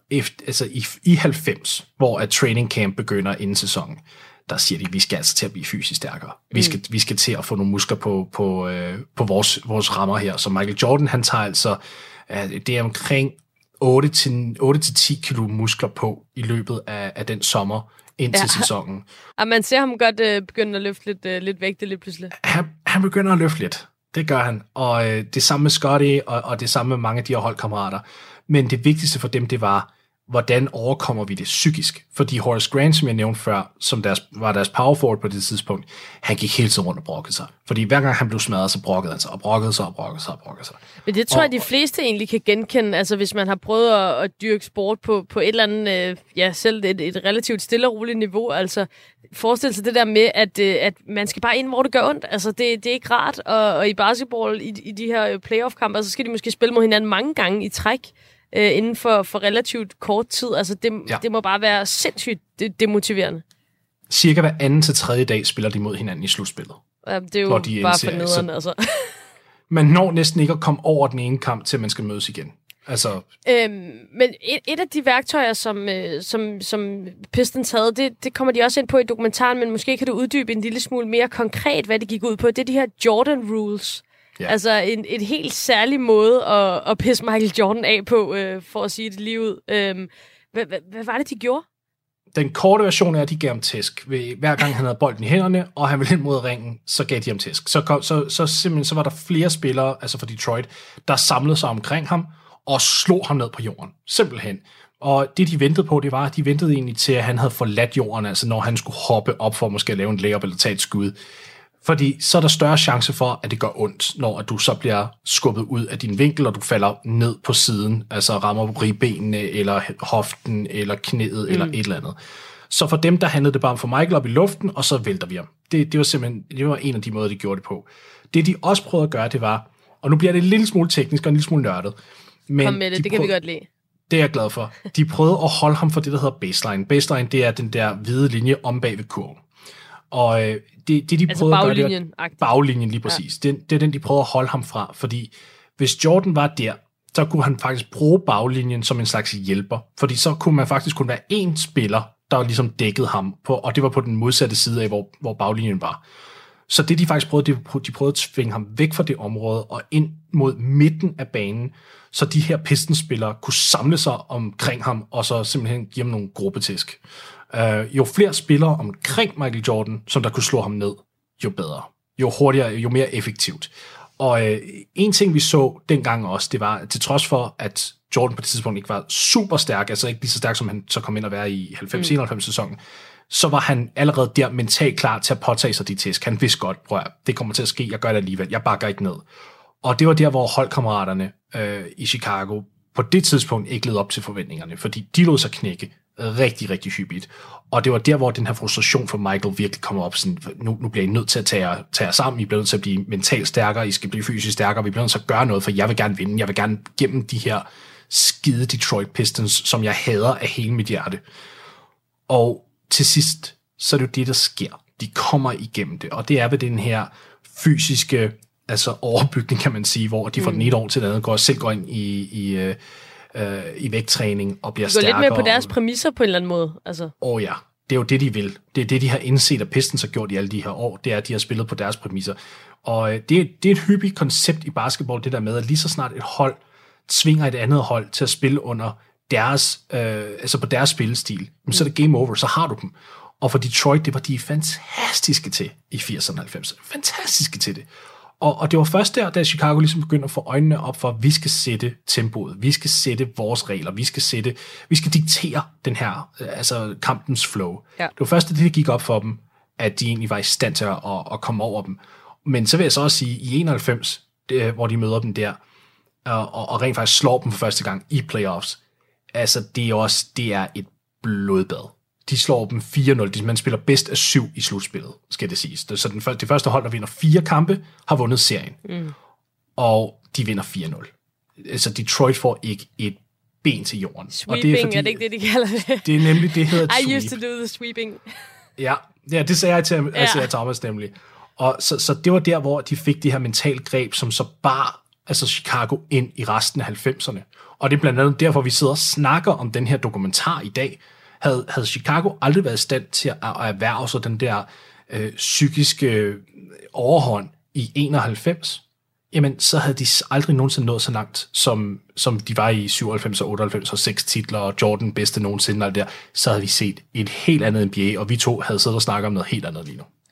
i 90, hvor at training camp begynder inden sæsonen, der siger de, at vi skal altså til at blive fysisk stærkere. Vi skal til at få nogle muskler på vores rammer her. Så Michael Jordan, han tager altså, det er omkring 8-10 kilo muskler på i løbet af den sommer indtil sæsonen. Og man ser ham godt begynde at løfte lidt vægte lidt pludselig. Han begynder at løfte lidt. Det gør han, og det samme med Scotty, og det samme med mange af de her holdkammerater. Men det vigtigste for dem, det var, hvordan overkommer vi det psykisk? Fordi Horace Grant, som jeg nævnte før, som var deres power forward på det tidspunkt, han gik hele tiden rundt og brokkede sig. Fordi hver gang han blev smadret, så brokkede han sig, og brokkede sig. Men det tror jeg, de fleste egentlig kan genkende, altså hvis man har prøvet at dyrke sport på et eller andet, selv et relativt stille og roligt niveau, altså forestil sig det der med, at man skal bare ind, hvor det gør ondt. Altså det er ikke rart, og i basketball, i de her playoff-kampe, så skal de måske spille mod hinanden mange gange i træk, inden for relativt kort tid. Altså det må bare være sindssygt demotiverende. Cirka hver anden til tredje dag spiller de mod hinanden i slutspillet. Ja, det er jo bare for nederen, altså. Man når næsten ikke at komme over den ene kamp, til man skal mødes igen. Altså. Men et af de værktøjer, som Pistons havde, det kommer de også ind på i dokumentaren, men måske kan du uddybe en lille smule mere konkret, hvad det gik ud på. Det er de her Jordan Rules. Ja. Altså en helt særlig måde at pisse Michael Jordan af på, for at sige det lige ud. Hvad var det, de gjorde? Den korte version er, at de gav ham tæsk. Hver gang han havde bolden i hænderne, og han ville ind mod ringen, så gav de ham tæsk. Så var der flere spillere, altså for Detroit, der samlede sig omkring ham og slog ham ned på jorden. Simpelthen. Og det, de ventede på, det var, at de ventede egentlig til, at han havde forladt jorden, altså når han skulle hoppe op for måske at lave en layup eller tage et skud. Fordi så er der større chance for, at det gør ondt, når du så bliver skubbet ud af din vinkel, og du falder ned på siden, altså rammer ribbenene, eller hoften, eller knæet, eller et eller andet. Så for dem, der handlede det bare om for Michael op i luften, og så vælter vi ham. Det var simpelthen en af de måder, de gjorde det på. Det, de også prøvede at gøre, det var, og nu bliver det en lille smule teknisk og en lille smule nørdet. Men kom med det, det kan vi godt lide. Det er jeg glad for. De prøvede at holde ham for det, der hedder baseline. Baseline, det er den der hvide linje om bag ved kurven. Og det de altså prøvede at gøre, det var baglinjen lige præcis. Ja. Det er den, de prøvede at holde ham fra, fordi hvis Jordan var der, så kunne han faktisk bruge baglinjen som en slags hjælper, fordi så kunne man faktisk kun være én spiller, der ligesom dækkede ham, og det var på den modsatte side af, hvor baglinjen var. Så det, de faktisk prøvede, de prøvede at tvinge ham væk fra det område og ind mod midten af banen, så de her Pistons-spillere kunne samle sig omkring ham, og så simpelthen give ham nogle gruppetæsk. Jo flere spillere omkring Michael Jordan, som der kunne slå ham ned, jo bedre. Jo hurtigere, jo mere effektivt. Og en ting, vi så dengang også, det var, til trods for, at Jordan på det tidspunkt ikke var super stærk, altså ikke lige så stærk, som han så kom ind at være i 90-91-sæsonen, så var han allerede der mentalt klar til at påtage sig de tæsk. Han vidste godt, prøv at, det kommer til at ske, jeg gør det alligevel, jeg bakker ikke ned. Og det var der, hvor holdkammeraterne i Chicago på det tidspunkt ikke levede op til forventningerne, fordi de lod sig knække rigtig, rigtig hyppigt. Og det var der, hvor den her frustration for Michael virkelig kommer op. Sådan, nu bliver I nødt til at tage jer sammen. I bliver nødt til at blive mentalt stærkere. I skal blive fysisk stærkere. Vi bliver nødt til at gøre noget, for jeg vil gerne vinde. Jeg vil gerne gennem de her skide Detroit Pistons, som jeg hader af hele mit hjerte. Og til sidst, så er det jo det, der sker. De kommer igennem det. Og det er ved den her fysiske overbygning, kan man sige, hvor de fra den ene år til det andet selv går ind i vægttræning og bliver stærkere. Gå lidt med på deres præmisser på en eller anden måde. Altså. Ja, det er jo det, de vil. Det er det, de har indset, at Pistons har gjort i alle de her år. Det er, at de har spillet på deres præmisser. Og det er et hyppigt koncept i basketball, det der med, at lige så snart et hold tvinger et andet hold til at spille under deres, på deres spillestil, så er det game over, så har du dem. Og for Detroit, det var de fantastiske til i 80'erne og 90'erne. Fantastiske til det. Og det var først der, da Chicago ligesom begyndte at få øjnene op for, at vi skal sætte tempoet, vi skal sætte vores regler, vi skal diktere den her, kampens flow. Ja. Det var først, da det gik op for dem, at de egentlig var i stand til at komme over dem. Men så vil jeg så også sige, i 91, hvor de møder dem der, og rent faktisk slår dem for første gang i playoffs, det er et blodbad. De slår dem 4-0. Man spiller bedst af 7 i slutspillet, skal det siges. Så det første hold, der vinder 4 kampe, har vundet serien. Og de vinder 4-0. Detroit får ikke et ben til jorden. Sweeping, og det er, fordi, er det ikke det, de kalder det? Det er nemlig, det hedder I used to do the sweeping. Ja, det sagde jeg til Thomas nemlig. Og så det var der, hvor de fik det her mentalt greb, som så bar Chicago ind i resten af 90'erne. Og det er blandt andet derfor, vi sidder og snakker om den her dokumentar i dag. Havde Chicago aldrig været i stand til at erhverve sig den der psykiske overhånd i 91, jamen så havde de aldrig nogensinde nået så langt, som de var i 97 og 98 og 6 titler, og Jordan bedste nogensinde, og der, så havde vi set et helt andet NBA, og vi to havde siddet og snakket om noget helt andet lige nu.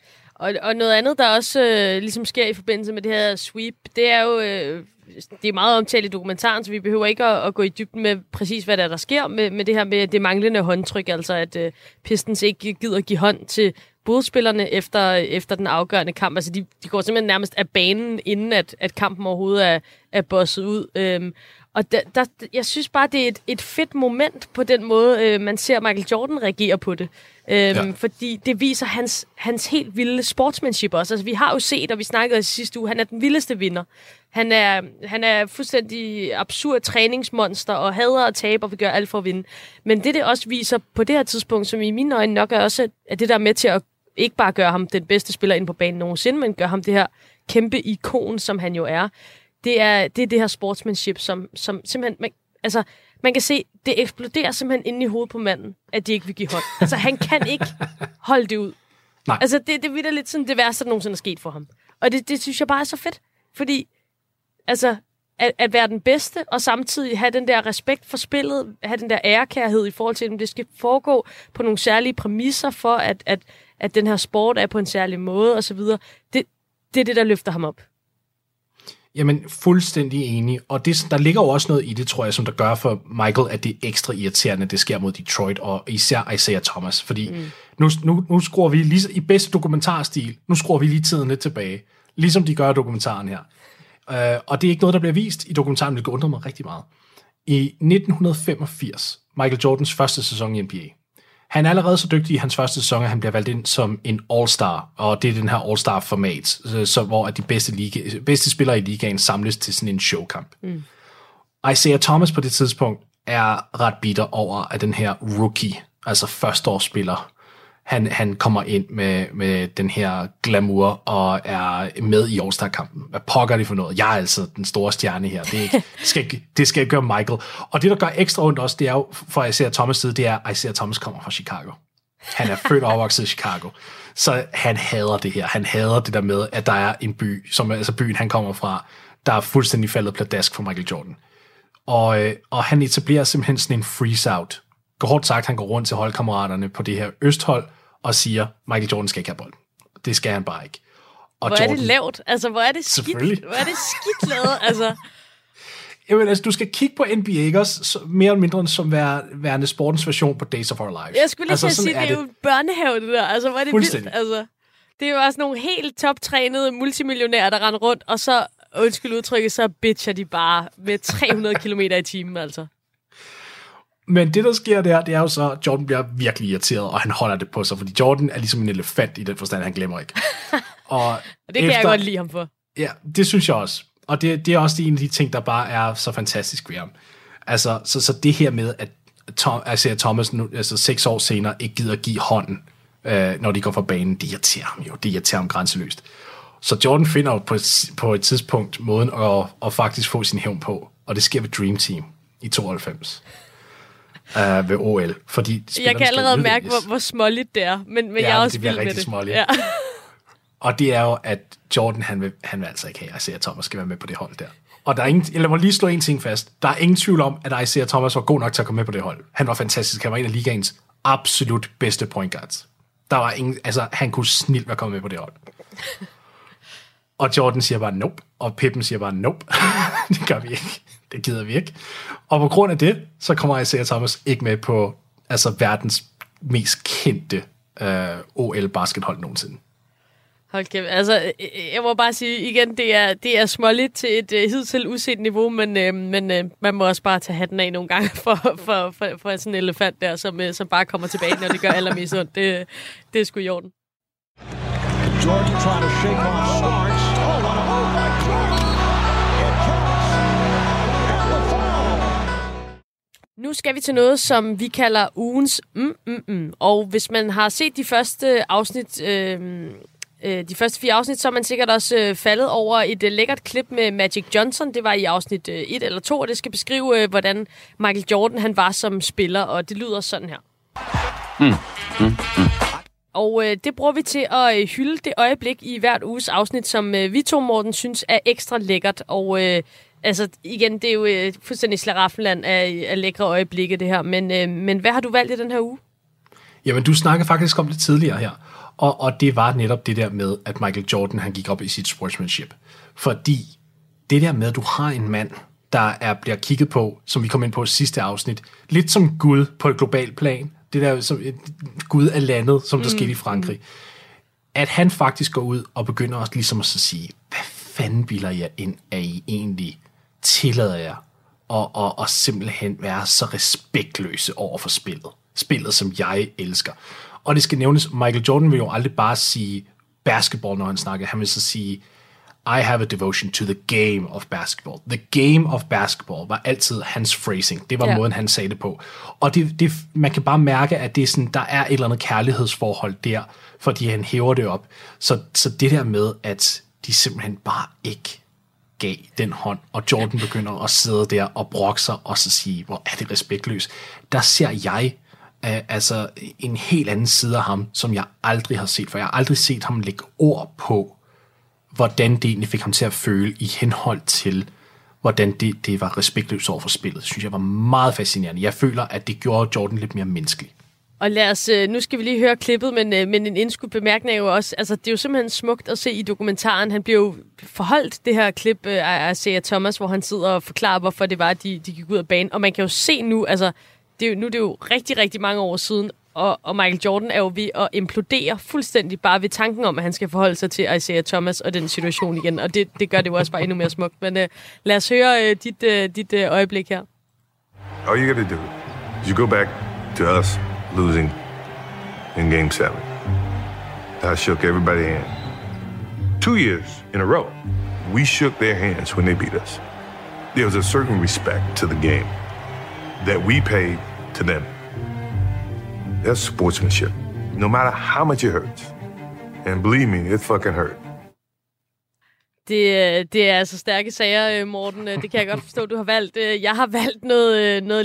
Og noget andet, der også ligesom sker i forbindelse med det her sweep, det er jo... det er meget omtalt i dokumentaren, så vi behøver ikke at gå i dybden med præcis, hvad der sker med det her med det manglende håndtryk, altså at Pistons ikke gider give hånd til Bulls-spillerne efter den afgørende kamp. Altså de går simpelthen nærmest af banen, inden at kampen overhovedet er bosset ud. Og jeg synes bare, det er et fedt moment på den måde, man ser Michael Jordan reagere på det. Fordi det viser hans helt vilde sportsmanship også. Altså, vi har jo set, og vi snakkede i sidste uge, han er den vildeste vinder. Han er fuldstændig absurd træningsmonster, og hader at tabe, og vil gøre alt for at vinde. Men det også viser på det her tidspunkt, som i mine øjne nok er også, at det der med til at ikke bare gøre ham den bedste spiller inde på banen nogensinde, men gøre ham det her kæmpe ikon, som han jo er. Det er det her sportsmanship, som simpelthen... Man kan se, det eksploderer simpelthen inde i hovedet på manden, at de ikke vil give hånd. Altså, han kan ikke holde det ud. Nej. Altså, det er lidt sådan det værste, der nogensinde er sket for ham. Og det synes jeg bare er så fedt. Fordi, altså, at være den bedste, og samtidig have den der respekt for spillet, have den der ærekærhed i forhold til, at det skal foregå på nogle særlige præmisser for, at den her sport er på en særlig måde, osv. Det er det, der løfter ham op. Jamen, fuldstændig enig. Og der ligger jo også noget i det, tror jeg, som der gør for Michael, at det er ekstra irriterende, det sker mod Detroit, og især Isaiah Thomas. Fordi nu skruer vi lige i bedste dokumentarstil, nu skruer vi lige tiden lidt tilbage, ligesom de gør i dokumentaren her. Og det er ikke noget, der bliver vist i dokumentaren, det undrer mig rigtig meget. I 1985, Michael Jordans første sæson i NBA, han er allerede så dygtig i hans første sæson, at han bliver valgt ind som en All-Star, og det er den her All-Star-format, så hvor de bedste spillere i ligaen samles til sådan en showkamp. Isaiah Thomas på det tidspunkt er ret bitter over, at den her rookie, altså førsteårsspiller, han kommer ind med den her glamour og er med i All-Star-kampen. Hvad pokker det for noget? Jeg er altså den store stjerne her. Det skal ikke gøre Michael. Og det, der gør ekstra ondt også, det er jo for Isaiah Thomas' side, det er, at Isaiah Thomas kommer fra Chicago. Han er født og opvokset i Chicago. Så han hader det her. Han hader det der med, at der er en by, som altså byen, han kommer fra, der er fuldstændig faldet pladask for Michael Jordan. Og han etablerer simpelthen sådan en freeze-out. Kort sagt, han går rundt til holdkammeraterne på det her østhold og siger, Michael Jordan skal ikke have bolden. Det skal han bare ikke. Og hvor Jordan, er det lavt? Altså, hvor er det skidt? Hvor er det skidt lavet? Altså. Jamen, altså, du skal kigge på NBA, ikke også? Mere eller mindre som værende sportens version på Days of Our Lives. Jeg skulle lige sige, det er jo børnehave, det der. Altså, hvor er det vildt? Altså, det er jo også nogle helt toptrænede multimillionærer, der render rundt, og så, undskyld udtrykket, så bitcher de bare med 300 km i timen, altså. Men det, der sker der, det er jo så, at Jordan bliver virkelig irriteret, og han holder det på sig, fordi Jordan er ligesom en elefant i den forstand, han glemmer ikke. Og det kan jeg godt lide ham for. Ja, det synes jeg også. Og det er også en af de ting, der bare er så fantastisk ved ham. Altså, så det her med, at Thomas nu, altså 6 år senere, ikke gider give hånden, når de går fra banen, det irriterer ham jo. Det irriterer ham grænseløst. Så Jordan finder jo på et tidspunkt måden at faktisk få sin hævn på, og det sker ved Dream Team i 92. Ved OL. Fordi jeg kan allerede mærke, hvor småligt det er, men jeg er også vild med det. Småligt. Ja. Og det er jo, at Jordan, han vil altså ikke have, at Isaiah Thomas skal være med på det hold der. Og der er ingen, lad mig lige slå en ting fast. Der er ingen tvivl om, at Isaiah Thomas var god nok til at komme med på det hold. Han var fantastisk. Han var en af ligaens absolut bedste point guards. Der var ingen, altså han kunne snilt være kommet med på det hold. Og Jordan siger bare nope, og Pippen siger bare nope. Det gør vi ikke. Det gider vi ikke. Og på grund af det, så kommer Isaiah Thomas ikke med på altså verdens mest kendte OL-baskethold nogensinde. Hold kæft, altså jeg må bare sige igen, det er småligt til et hidtil uset niveau, men man må også bare tage hatten af nogle gange for sådan en elefant der, som bare kommer tilbage, når det gør allermest ondt. Det er sgu i orden. Jordan trying to shake off Starks. Oh, what a move by Jordan! It counts. And the foul. Nu skal vi til noget, som vi kalder ugens Og hvis man har set de første afsnit, de første 4 afsnit, så er man sikkert også faldet over et lækkert klip med Magic Johnson. Det var i afsnit 1 eller 2, og det skal beskrive, hvordan Michael Jordan han var som spiller, og det lyder sådan her. Og det bruger vi til at hylde det øjeblik i hvert uges afsnit, som vi to, Morten, synes er ekstra lækkert. Og altså igen, det er jo fuldstændig slaraffenland af lækre øjeblikke, det her. Men hvad har du valgt i den her uge? Jamen, du snakkede faktisk om det tidligere her. Og det var netop det der med, at Michael Jordan, han gik op i sit sportsmanship. Fordi det der med, at du har en mand, der bliver kigget på, som vi kom ind på i sidste afsnit, lidt som Gud på et globalt plan. Det der som et Gud af landet, som der skete i Frankrig. At han faktisk går ud og begynder også ligesom at så sige, hvad fanden bilder jeg ind, at I egentlig tillader jer og simpelthen være så respektløse over for spillet. Spillet, som jeg elsker. Og det skal nævnes, Michael Jordan vil jo aldrig bare sige basketball, når han snakker. Han vil så sige, I have a devotion to the game of basketball. The game of basketball var altid hans phrasing. Det var måden, han sagde det på. Og man kan bare mærke, at det er sådan, der er et eller andet kærlighedsforhold der, fordi han hæver det op. Så det der med, at de simpelthen bare ikke gav den hånd, og Jordan begynder at sidde der og brokke sig, og så sige, hvor er det respektløst. Der ser jeg altså en helt anden side af ham, som jeg aldrig har set, for jeg har aldrig set ham lægge ord på, hvordan det egentlig fik ham til at føle i henhold til, hvordan det var respektløst over for spillet. Det synes jeg var meget fascinerende. Jeg føler, at det gjorde Jordan lidt mere menneskelig. Og nu skal vi lige høre klippet, men en indskudt bemærkning er jo også, altså det er jo simpelthen smukt at se i dokumentaren. Han bliver jo forholdt det her klip af Isaiah Thomas, hvor han sidder og forklarer, hvorfor det var, at de gik ud af banen. Og man kan jo se nu, altså det er jo rigtig, rigtig mange år siden, og Michael Jordan er jo ved at implodere fuldstændig bare ved tanken om, at han skal forholde sig til Isaiah Thomas og den situation igen. Og det gør det jo også bare endnu mere smukt. Men lad os høre dit øjeblik her. All you gotta do is you go back to us losing in Game 7. I shook everybody's hand. 2 years in a row, we shook their hands when they beat us. There was a certain respect to the game that we paid to them. That's sportsmanship. No matter how much it hurts. And believe me, it fucking hurt. Det er altså stærke sager, Morten. Det kan jeg godt forstå, du har valgt. Jeg har valgt noget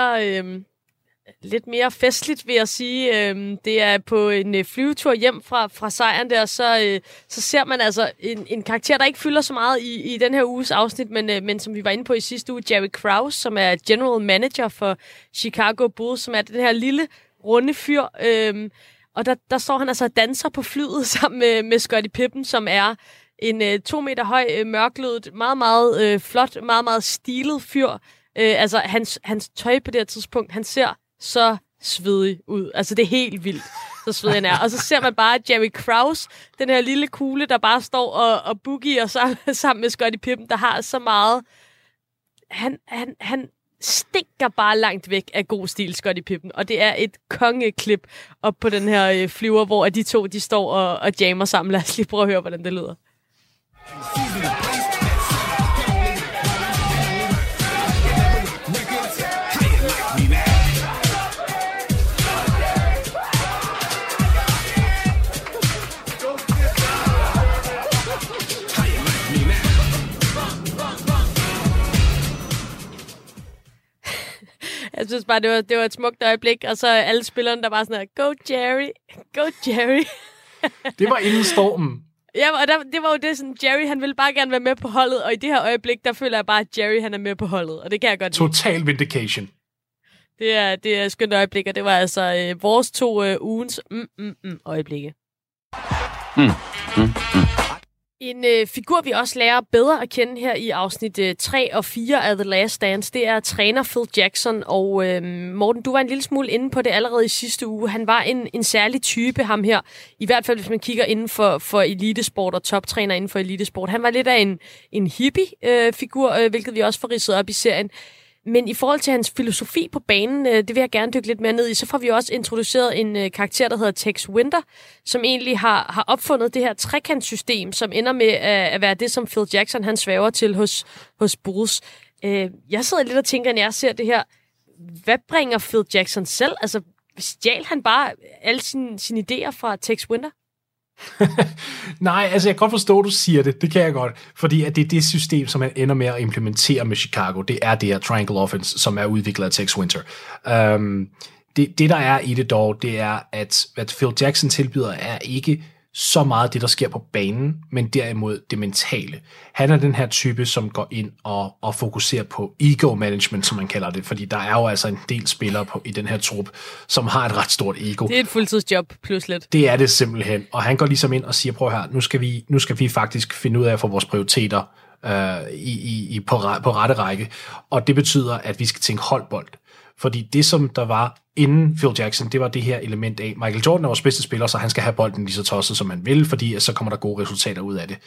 lidt mere festligt, vil jeg sige. Det er på en flyvetur hjem fra sejren der, så ser man altså en karakter, der ikke fylder så meget i den her uges afsnit, men som vi var inde på i sidste uge, Jerry Krause, som er general manager for Chicago Bulls, som er den her lille, runde fyr. Og der står han altså og danser på flyet sammen med Scottie Pippen, som er en 2 meter høj, mørklødet, meget, meget flot, meget, meget stilet fyr. Altså, hans tøj på det her tidspunkt, han ser så svedig ud. Altså, det er helt vildt, så svedig han er. Og så ser man bare Jerry Krause, den her lille kugle, der bare står og boogier sammen med Scottie Pippen, der har så meget. Han stikker bare langt væk af god stil, Scottie Pippen. Og det er et kongeklip op på den her flyver, hvor de to, de står og jammer sammen. Lad os lige prøve at høre, hvordan det lyder. Jeg synes bare, det var et smukt øjeblik, og så alle spillerne, der bare sådan her, go Jerry, go Jerry. Det var inden stormen. Ja, og det var jo det sådan, Jerry, han ville bare gerne være med på holdet, og i det her øjeblik, der føler jeg bare, at Jerry, han er med på holdet, og det kan jeg godt lide. Total vindication. Det er et skønt øjeblik, og det var altså vores 2 ugens øjeblikke. En figur, vi også lærer bedre at kende her i afsnit 3 og 4 af The Last Dance, det er træner Phil Jackson. Og Morten, du var en lille smule inde på det allerede i sidste uge. Han var en særlig type, ham her. I hvert fald, hvis man kigger inden for elitesport og toptræner inden for elitesport. Han var lidt af en hippie-figur, hvilket vi også får ridset op i serien. Men i forhold til hans filosofi på banen, det vil jeg gerne dykke lidt mere ned i, så får vi også introduceret en karakter, der hedder Tex Winter, som egentlig har opfundet det her trekantssystem, som ender med at være det, som Phil Jackson han svæver til hos Bulls. Jeg sidder lidt og tænker, når jeg ser det her, hvad bringer Phil Jackson selv? Altså, stjal han bare alle sine idéer fra Tex Winter? Nej, altså jeg kan godt forstå, at du siger det. Det kan jeg godt. Fordi at det er det system, som man ender med at implementere med Chicago. Det er det her Triangle Offense, som er udviklet af Tex Winter. Det der er i det dog, det er, at hvad Phil Jackson tilbyder, er ikke så meget det, der sker på banen, men derimod det mentale. Han er den her type, som går ind og fokuserer på ego-management, som man kalder det, fordi der er jo altså en del spillere i den her trup, som har et ret stort ego. Det er et fuldtidsjob plus lidt. Det er det simpelthen, og han går ligesom ind og siger, prøv her, nu skal vi faktisk finde ud af at få vores prioriteter på rette række, og det betyder, at vi skal tænke holdbold. Fordi det, som der var inden Phil Jackson, det var det her element af, Michael Jordan er vores bedste spiller, så han skal have bolden lige så tosset, som man vil, fordi så kommer der gode resultater ud af det.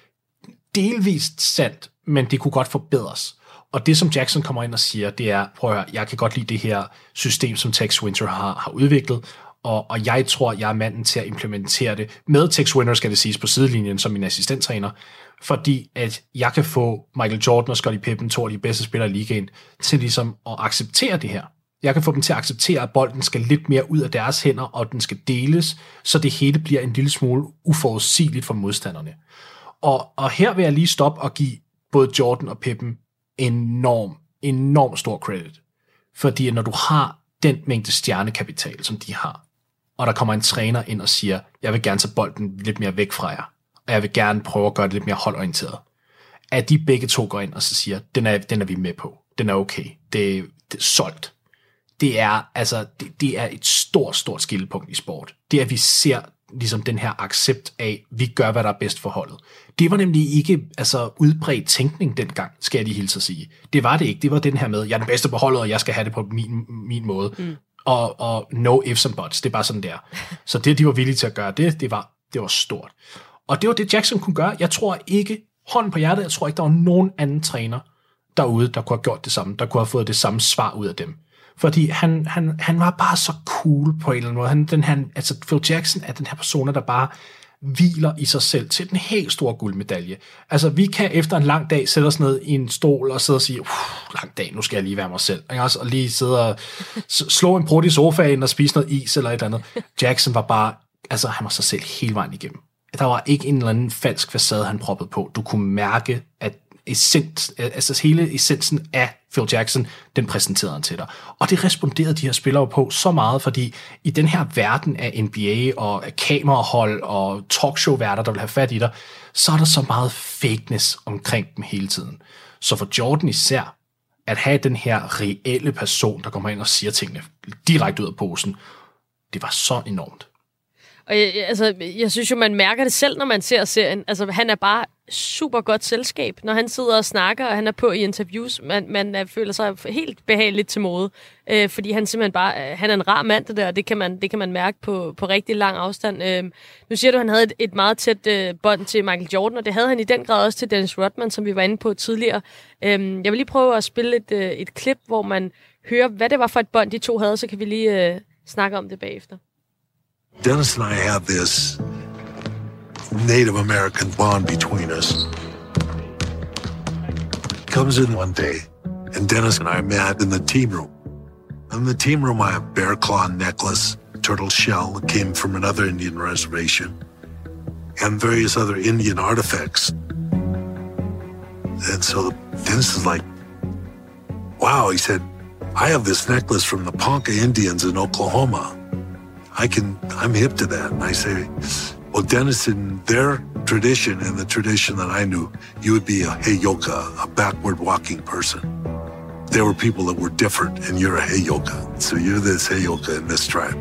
Delvist sandt, men det kunne godt forbedres. Og det, som Jackson kommer ind og siger, det er, prøv at høre, jeg kan godt lide det her system, som Tex Winter har udviklet, og jeg tror, jeg er manden til at implementere det. Med Tex Winter skal det siges på sidelinjen som min assistenttræner, fordi at jeg kan få Michael Jordan og Scottie Pippen, to af de bedste spillere i ligaen, til ligesom at acceptere det her. Jeg kan få dem til at acceptere, at bolden skal lidt mere ud af deres hænder, og den skal deles, så det hele bliver en lille smule uforudsigeligt for modstanderne. Og her vil jeg lige stoppe og give både Jordan og Pippen enorm stor credit. Fordi når du har den mængde stjernekapital, som de har, og der kommer en træner ind og siger, jeg vil gerne tage bolden lidt mere væk fra jer, og jeg vil gerne prøve at gøre det lidt mere holdorienteret, at de begge to går ind og så siger, den er vi med på, den er okay, det er solgt. Det er et stort skillepunkt i sport. Det er, at vi ser ligesom den her accept af, vi gør, hvad der er bedst for holdet. Det var nemlig ikke udbredt tænkning dengang, skal jeg lige hilse at sige. Det var det ikke. Det var den her med, jeg er den bedste på holdet, og jeg skal have det på min måde. Og no ifs and buts. Det er bare sådan der. Så det, de var villige til at gøre, det var stort. Og det var det, Jackson kunne gøre. Jeg tror ikke, hånden på hjertet, jeg tror ikke, der var nogen anden træner derude, der kunne have gjort det samme, der kunne have fået det samme svar ud af dem. Fordi han var bare så cool på en eller anden måde. Phil Jackson er den her person, der bare hviler i sig selv til den helt store guldmedalje. Altså, vi kan efter en lang dag sætte os ned i en stol og sidde og sige, lang dag, nu skal jeg lige være mig selv. Og lige sidde og slå en brud i sofaen og spise noget is eller et eller andet. Jackson var bare, han var sig selv hele vejen igennem. Der var ikke en eller anden falsk facade, han proppede på. Du kunne mærke, at hele essensen af Phil Jackson, den præsenterede han til dig. Og det responderede de her spillere på så meget, fordi i den her verden af NBA og af kamerahold og talkshow-værter, der vil have fat i dig, så er der så meget fakeness omkring dem hele tiden. Så for Jordan især, at have den her reelle person, der kommer ind og siger tingene direkte ud af posen, det var så enormt. Og jeg synes jo, man mærker det selv, når man ser serien. Altså, han er bare super godt selskab, når han sidder og snakker, og han er på i interviews. Man føler sig helt behageligt til mode, fordi han simpelthen bare, han er en rar mand, det der, og det kan man mærke på rigtig lang afstand. Nu siger du, at han havde et meget tæt bånd til Michael Jordan, og det havde han i den grad også til Dennis Rodman, som vi var inde på tidligere. Jeg vil lige prøve at spille et klip, hvor man hører, hvad det var for et bånd, de to havde, så kan vi lige snakke om det bagefter. Dennis and I have this Native American bond between us. Comes in one day, and Dennis and I met in the team room. In the team room, I have a bear claw necklace, turtle shell that came from another Indian reservation, and various other Indian artifacts. And so Dennis is like, wow, he said, I have this necklace from the Ponca Indians in Oklahoma. I'm hip to that. And I say, well, Dennis, in their tradition and the tradition that I knew, you would be a heyoka, a backward walking person. There were people that were different, and you're a heyoka. So you're this heyoka in this tribe.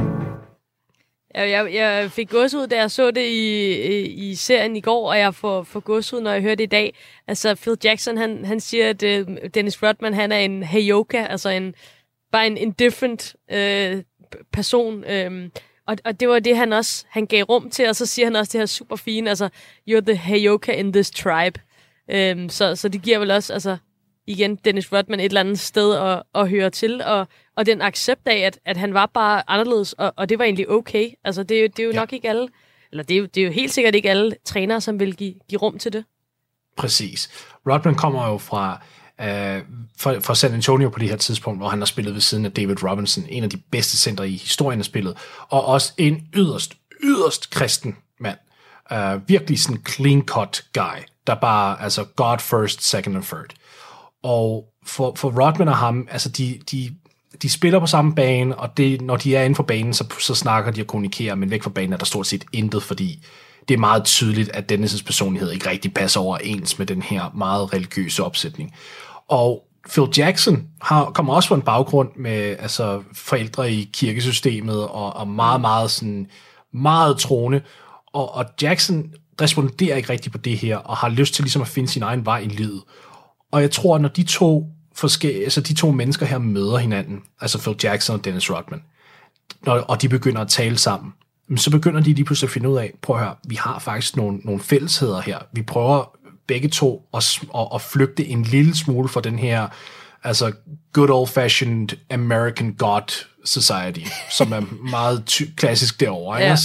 Jeg fik gåsehud, da jeg så det i serien i går, og jeg får gåsehud, når jeg hører det i dag. Altså, Phil Jackson, han siger, at Dennis Rodman, han er en heyoka, altså bare en different person, og det var det, han gav rum til, og så siger han også det her super fine, altså, you're the heyoka in this tribe. Så det giver vel også, igen, Dennis Rodman et eller andet sted at høre til, og den accept af, at han var bare anderledes, og det var egentlig okay. Altså, det er jo nok ikke alle, eller det er jo helt sikkert ikke alle trænere, som vil give rum til det. Præcis. Rodman kommer jo fra San Antonio på det her tidspunkt, hvor han har spillet ved siden af David Robinson, en af de bedste center i historien af spillet, og også en yderst kristen mand. Virkelig sådan clean-cut guy, der bare, God first, second and third. Og for Rodman og ham, de spiller på samme bane, og når de er inde for banen, så snakker de og kommunikerer, men væk fra banen er der stort set intet, fordi det er meget tydeligt, at Dennis' personlighed ikke rigtig passer overens med den her meget religiøse opsætning. Og Phil Jackson kommer også fra en baggrund med forældre i kirkesystemet, og meget, meget, sådan, meget troende, og Jackson responderer ikke rigtig på det her, og har lyst til ligesom at finde sin egen vej i livet. Og jeg tror, at når de to mennesker her møder hinanden, altså Phil Jackson og Dennis Rodman, og de begynder at tale sammen, så begynder de lige pludselig at finde ud af, prøv at høre, vi har faktisk nogle fællesheder her. Vi prøver begge to at flygte en lille smule fra den her good old-fashioned American God Society, som er meget klassisk derovre. Ja.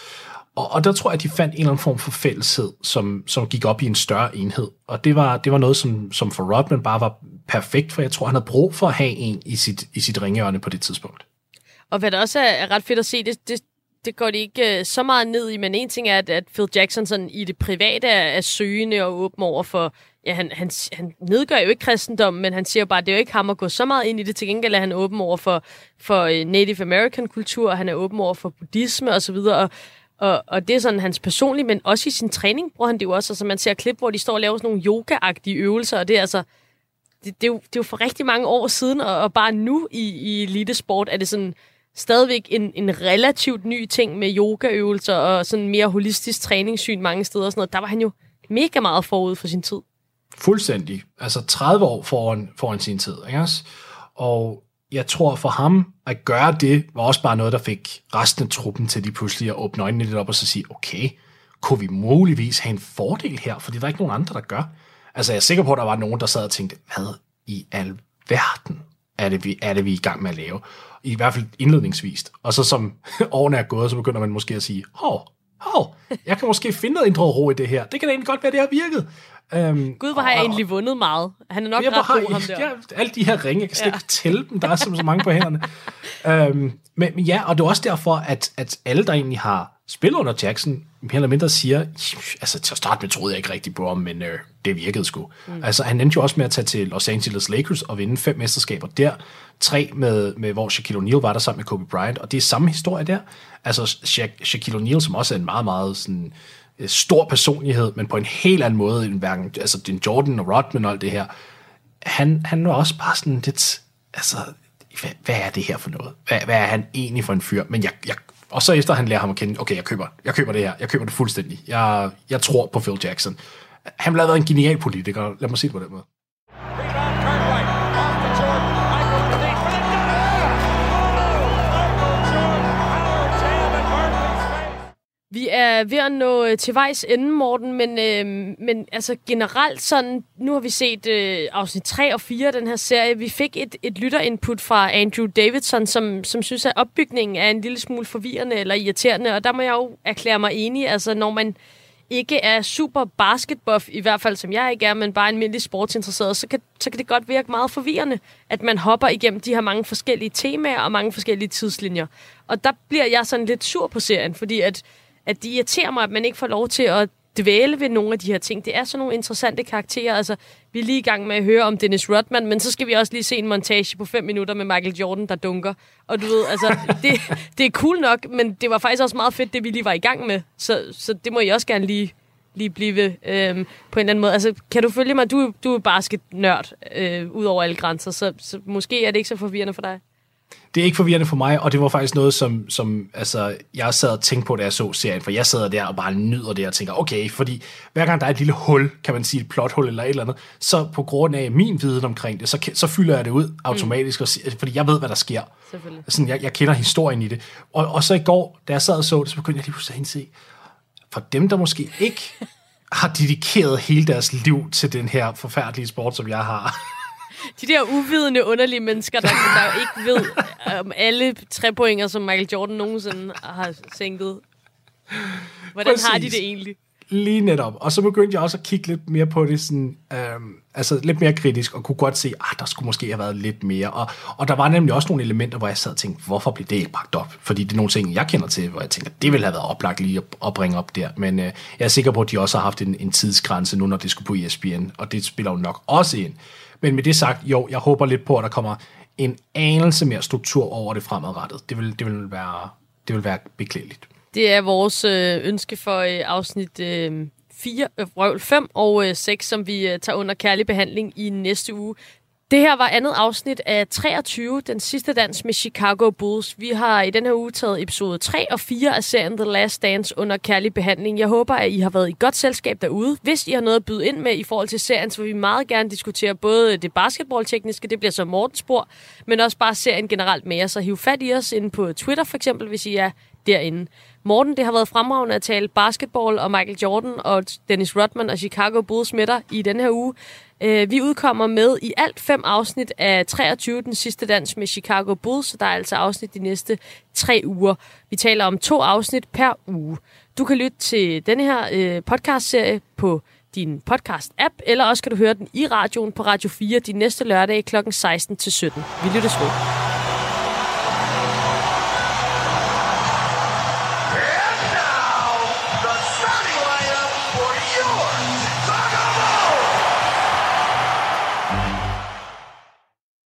Og der tror jeg, at de fandt en eller anden form for fælleshed, som gik op i en større enhed. Og det var noget, som for Rodman bare var perfekt, for jeg tror, han havde brug for at have en i sit ringhjørne på det tidspunkt. Og hvad der også er ret fedt at se, det går de ikke så meget ned i, men en ting er, at Phil Jackson sådan, i det private er søgende og åben over for, ja, han nedgør jo ikke kristendommen, men han siger bare, at det er jo ikke ham at gå så meget ind i det. Til gengæld er han åben over for Native American kultur, og han er åben over for buddhisme og så videre, og det er sådan hans personlige, men også i sin træning bruger han det jo også. Altså man ser klip, hvor de står og laver sådan nogle yoga-agtige øvelser, og det er altså, det er jo for rigtig mange år siden, og bare nu i elitesport er det sådan stadigvæk en relativt ny ting med yogaøvelser og sådan mere holistisk træningssyn mange steder og sådan noget. Der var han jo mega meget forud for sin tid. Fuldstændig. 30 år foran sin tid, ikke også? Og jeg tror for ham at gøre det, var også bare noget, der fik resten af truppen til de pludselig at åbne øjnene lidt op og så sige, okay, kunne vi muligvis have en fordel her? Fordi der er ikke nogen andre, der gør. Jeg er sikker på, at der var nogen, der sad og tænkte, hvad i alverden er det, vi er i gang med at lave? I hvert fald indledningsvist. Og så som årene er gået, så begynder man måske at sige, jeg kan måske finde noget indre ro i det her. Det kan da egentlig godt være, det har virket. Gud, hvor har jeg egentlig vundet meget. Han er nok ret god, ham der. Ja, alle de her ringe, jeg kan slet ikke tælle dem. Der er så mange på hænderne. Men ja, og det er også derfor, at alle, der egentlig har spillet under Jackson, mere eller mindre siger, til at starte med troede jeg ikke rigtig på ham, men det virkede sgu. Han endte jo også med at tage til Los Angeles Lakers og vinde 5 mesterskaber der. 3 med hvor Shaquille O'Neal var der sammen med Kobe Bryant, og det er samme historie der. Shaquille O'Neal, som også er en meget, meget sådan stor personlighed, men på en helt anden måde end hverken, den Jordan og Rodman og alt det her. Han var også bare sådan lidt, hvad er det her for noget? Hvad er han egentlig for en fyr? Men og så efter han lærer ham at kende, okay, jeg køber det her, jeg køber det fuldstændig. Jeg tror på Phil Jackson. Han ville have været en genial politiker, lad mig sige det på den måde. Vi er ved at nå til vejs ende, Morten, men generelt sådan, nu har vi set afsnit 3 og 4 af den her serie. Vi fik et lytterinput fra Andrew Davidson, som synes, at opbygningen er en lille smule forvirrende eller irriterende, og der må jeg jo erklære mig enig. Når man ikke er super basketbuff, i hvert fald som jeg ikke er, men bare almindelig sportsinteresseret, så kan det godt virke meget forvirrende, at man hopper igennem de her mange forskellige temaer og mange forskellige tidslinjer. Og der bliver jeg sådan lidt sur på serien, fordi at det irriterer mig, at man ikke får lov til at dvæle ved nogle af de her ting. Det er sådan nogle interessante karakterer. Vi er lige i gang med at høre om Dennis Rodman, men så skal vi også lige se en montage på 5 minutter med Michael Jordan, der dunker. Og du ved, det er cool nok, men det var faktisk også meget fedt, det vi lige var i gang med. Så det må I også gerne lige blive ved, på en eller anden måde. Kan du følge mig? Du er basketnørd ud over alle grænser, så måske er det ikke så forvirrende for dig. Det er ikke forvirrende for mig, og det var faktisk noget, som jeg sad og tænkte på, da jeg så serien, for jeg sidder der og bare nyder det og tænker, okay, fordi hver gang der er et lille hul, kan man sige et plothul eller et eller andet, så på grund af min viden omkring det, så fylder jeg det ud automatisk, fordi jeg ved, hvad der sker. Sådan, jeg kender historien i det. Og så i går, da jeg sad og så det, så begyndte jeg lige pludselig at indse, for dem, der måske ikke har dedikeret hele deres liv til den her forfærdelige sport, som jeg har. De der uvidende, underlige mennesker, der ikke ved om alle 3-pointer, som Michael Jordan nogensinde har sænket. Hvordan Præcis. Har de det egentlig? Lige netop. Og så begyndte jeg også at kigge lidt mere på det, sådan, lidt mere kritisk, og kunne godt se, der skulle måske have været lidt mere. Og der var nemlig også nogle elementer, hvor jeg sad og tænkte, hvorfor blev det ikke bragt op? Fordi det er nogle ting, jeg kender til, hvor jeg tænker, det ville have været oplagt lige at bringe op der. Men jeg er sikker på, at de også har haft en tidsgrænse nu, når det skulle på ESPN, og det spiller jo nok også ind. Men med det sagt, jo, jeg håber lidt på, at der kommer en anelse mere struktur over det fremadrettet. Det vil være beklædeligt. Det er vores ønske for afsnit 5 og 6, som vi tager under kærlig behandling i næste uge. Det her var andet afsnit af 23, den sidste dans med Chicago Bulls. Vi har i den her uge taget episode 3 og 4 af serien The Last Dance under kærlig behandling. Jeg håber, at I har været i godt selskab derude. Hvis I har noget at byde ind med i forhold til serien, så vil vi meget gerne diskutere både det basketballtekniske, det bliver så Mortens spor, men også bare serien generelt med jer. Så hiv fat i os inde på Twitter for eksempel, hvis I er derinde. Morten, det har været fremragende at tale basketball og Michael Jordan og Dennis Rodman og Chicago Bulls med dig i denne her uge. Vi udkommer med i alt 5 afsnit af 23, den sidste dans med Chicago Bulls, så der er altså afsnit de næste 3 uger. Vi taler om 2 afsnit per uge. Du kan lytte til denne her podcastserie på din podcast-app, eller også kan du høre den i radioen på Radio 4 de næste lørdage kl. 16 til 17. Vi lyttes ved.